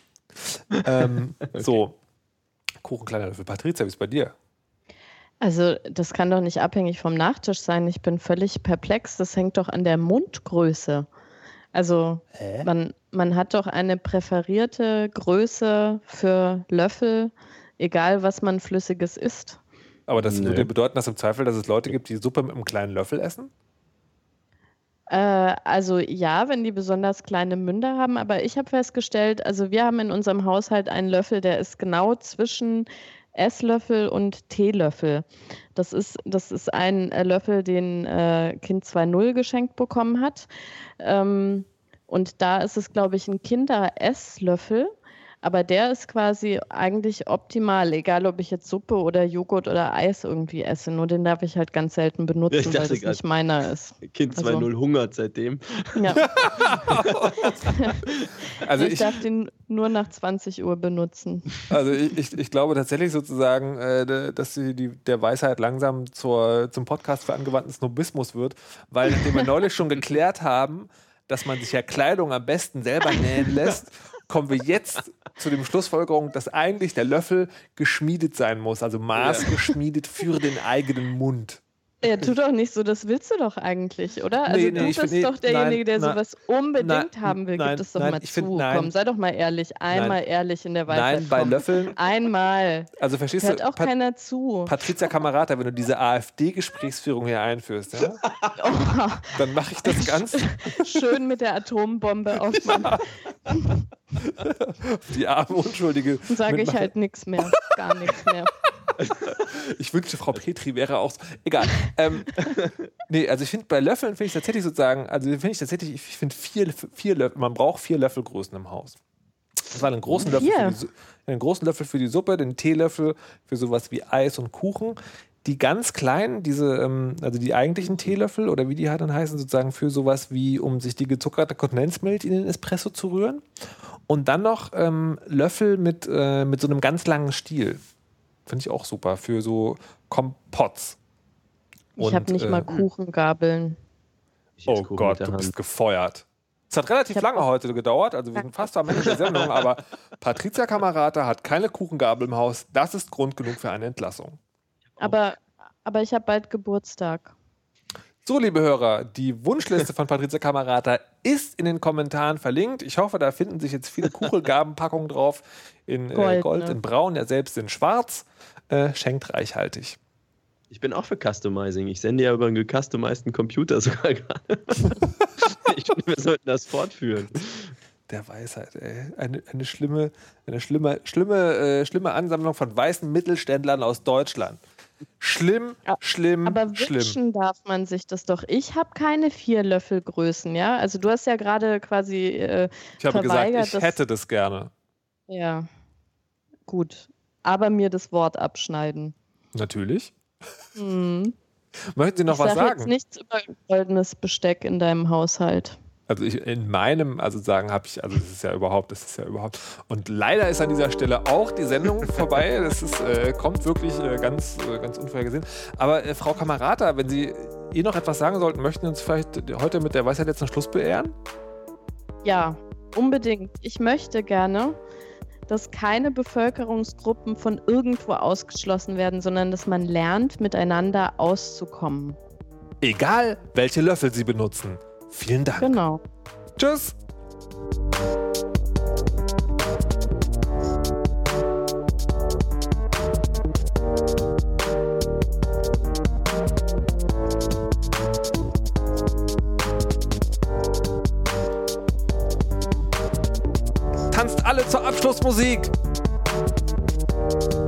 Speaker 2: so. Kuchen, kleiner Löffel. Patricia, wie ist es bei dir?
Speaker 3: Also das kann doch nicht abhängig vom Nachtisch sein. Ich bin völlig perplex. Das hängt doch an der Mundgröße. Also man hat doch eine präferierte Größe für Löffel, egal was man Flüssiges isst.
Speaker 2: Aber das würde bedeuten, dass im Zweifel, dass es Leute gibt, die Suppe mit einem kleinen Löffel essen?
Speaker 3: Also ja, wenn die besonders kleine Münder haben, aber ich habe festgestellt, also wir haben in unserem Haushalt einen Löffel, der ist genau zwischen Esslöffel und Teelöffel. Das ist ein Löffel, den Kind 2.0 geschenkt bekommen hat. Und da ist es, glaube ich, ein Kinder-Esslöffel. Aber der ist quasi eigentlich optimal, egal ob ich jetzt Suppe oder Joghurt oder Eis irgendwie esse. Nur den darf ich halt ganz selten benutzen, weil das nicht meiner ist.
Speaker 4: Kind 2.0 hungert seitdem.
Speaker 3: Ja.
Speaker 2: Also
Speaker 3: ich darf den nur nach 20 Uhr benutzen.
Speaker 2: Also ich glaube tatsächlich sozusagen, dass der Weisheit langsam zum Podcast für angewandten Snobismus wird, weil nachdem wir neulich schon geklärt haben, dass man sich ja Kleidung am besten selber nähen lässt, kommen wir jetzt zu dem Schlussfolgerung, dass eigentlich der Löffel geschmiedet sein muss, also maßgeschmiedet für den eigenen Mund.
Speaker 3: Ja, tu doch nicht so, das willst du doch eigentlich, oder? Also du bist doch derjenige, der sowas unbedingt haben will. Gib das doch mal zu. Komm, sei doch mal ehrlich. Einmal ehrlich in der Weisheit.
Speaker 2: Nein, bei Löffeln.
Speaker 3: Einmal.
Speaker 2: Also verstehst
Speaker 3: hört
Speaker 2: du?
Speaker 3: Auch keiner zu.
Speaker 2: Patricia Kamerata, wenn du diese AfD-Gesprächsführung hier einführst, ja? Dann mache ich das ganz
Speaker 3: schön mit der Atombombe auf
Speaker 2: die arme Unschuldige.
Speaker 3: Dann sage ich halt nichts mehr. Gar nichts mehr.
Speaker 2: Ich wünschte, Frau Petri wäre auch so. Egal. Nee, also ich finde, bei Löffeln finde ich tatsächlich sozusagen, ich finde 4 Löffel, man braucht 4 Löffelgrößen im Haus. Das war einen großen Löffel für die Suppe, den Teelöffel für sowas wie Eis und Kuchen. Die ganz kleinen, also die eigentlichen Teelöffel oder wie die halt dann heißen, sozusagen für sowas wie, um sich die gezuckerte Kondensmilch in den Espresso zu rühren. Und dann noch Löffel mit so einem ganz langen Stiel. Finde ich auch super für so Kompotts.
Speaker 3: Ich habe nicht mal Kuchengabeln.
Speaker 2: Oh Gott, du bist gefeuert. Es hat relativ lange heute gedauert, also wir sind fast am Ende der Sendung, aber Patricia Kamerata hat keine Kuchengabel im Haus. Das ist Grund genug für eine Entlassung.
Speaker 3: Aber ich habe bald Geburtstag.
Speaker 2: So, liebe Hörer, die Wunschliste von Patricia Kamerata ist in den Kommentaren verlinkt. Ich hoffe, da finden sich jetzt viele Kuchengabenpackungen drauf in Gold, in Braun, ja selbst in Schwarz. Schenkt reichhaltig.
Speaker 4: Ich bin auch für Customizing. Ich sende ja über einen gecustomizeden Computer sogar gerade. Ich finde, wir sollten das fortführen.
Speaker 2: Der Weisheit, ey. Eine schlimme Ansammlung von weißen Mittelständlern aus Deutschland. Schlimm.
Speaker 3: Aber wünschen darf man sich das doch. Ich habe keine 4 Löffelgrößen, ja? Also du hast ja gerade quasi
Speaker 2: ich habe gesagt, ich hätte das gerne.
Speaker 3: Ja, gut. Aber mir das Wort abschneiden.
Speaker 2: Natürlich.
Speaker 3: Mhm.
Speaker 2: Möchten Sie noch was sagen?
Speaker 3: Jetzt nichts über goldenes Besteck in deinem Haushalt.
Speaker 2: Also das ist ja überhaupt. Und leider ist an dieser Stelle auch die Sendung vorbei. Das kommt wirklich ganz unvorhergesehen. Aber Frau Kamerata, wenn Sie noch etwas sagen sollten, möchten Sie uns vielleicht heute mit der Weisheit jetzt zum Schluss beehren?
Speaker 3: Ja, unbedingt. Ich möchte gerne, dass keine Bevölkerungsgruppen von irgendwo ausgeschlossen werden, sondern dass man lernt, miteinander auszukommen.
Speaker 2: Egal, welche Löffel Sie benutzen. Vielen Dank.
Speaker 3: Genau.
Speaker 2: Tschüss. Tanzt alle zur Abschlussmusik.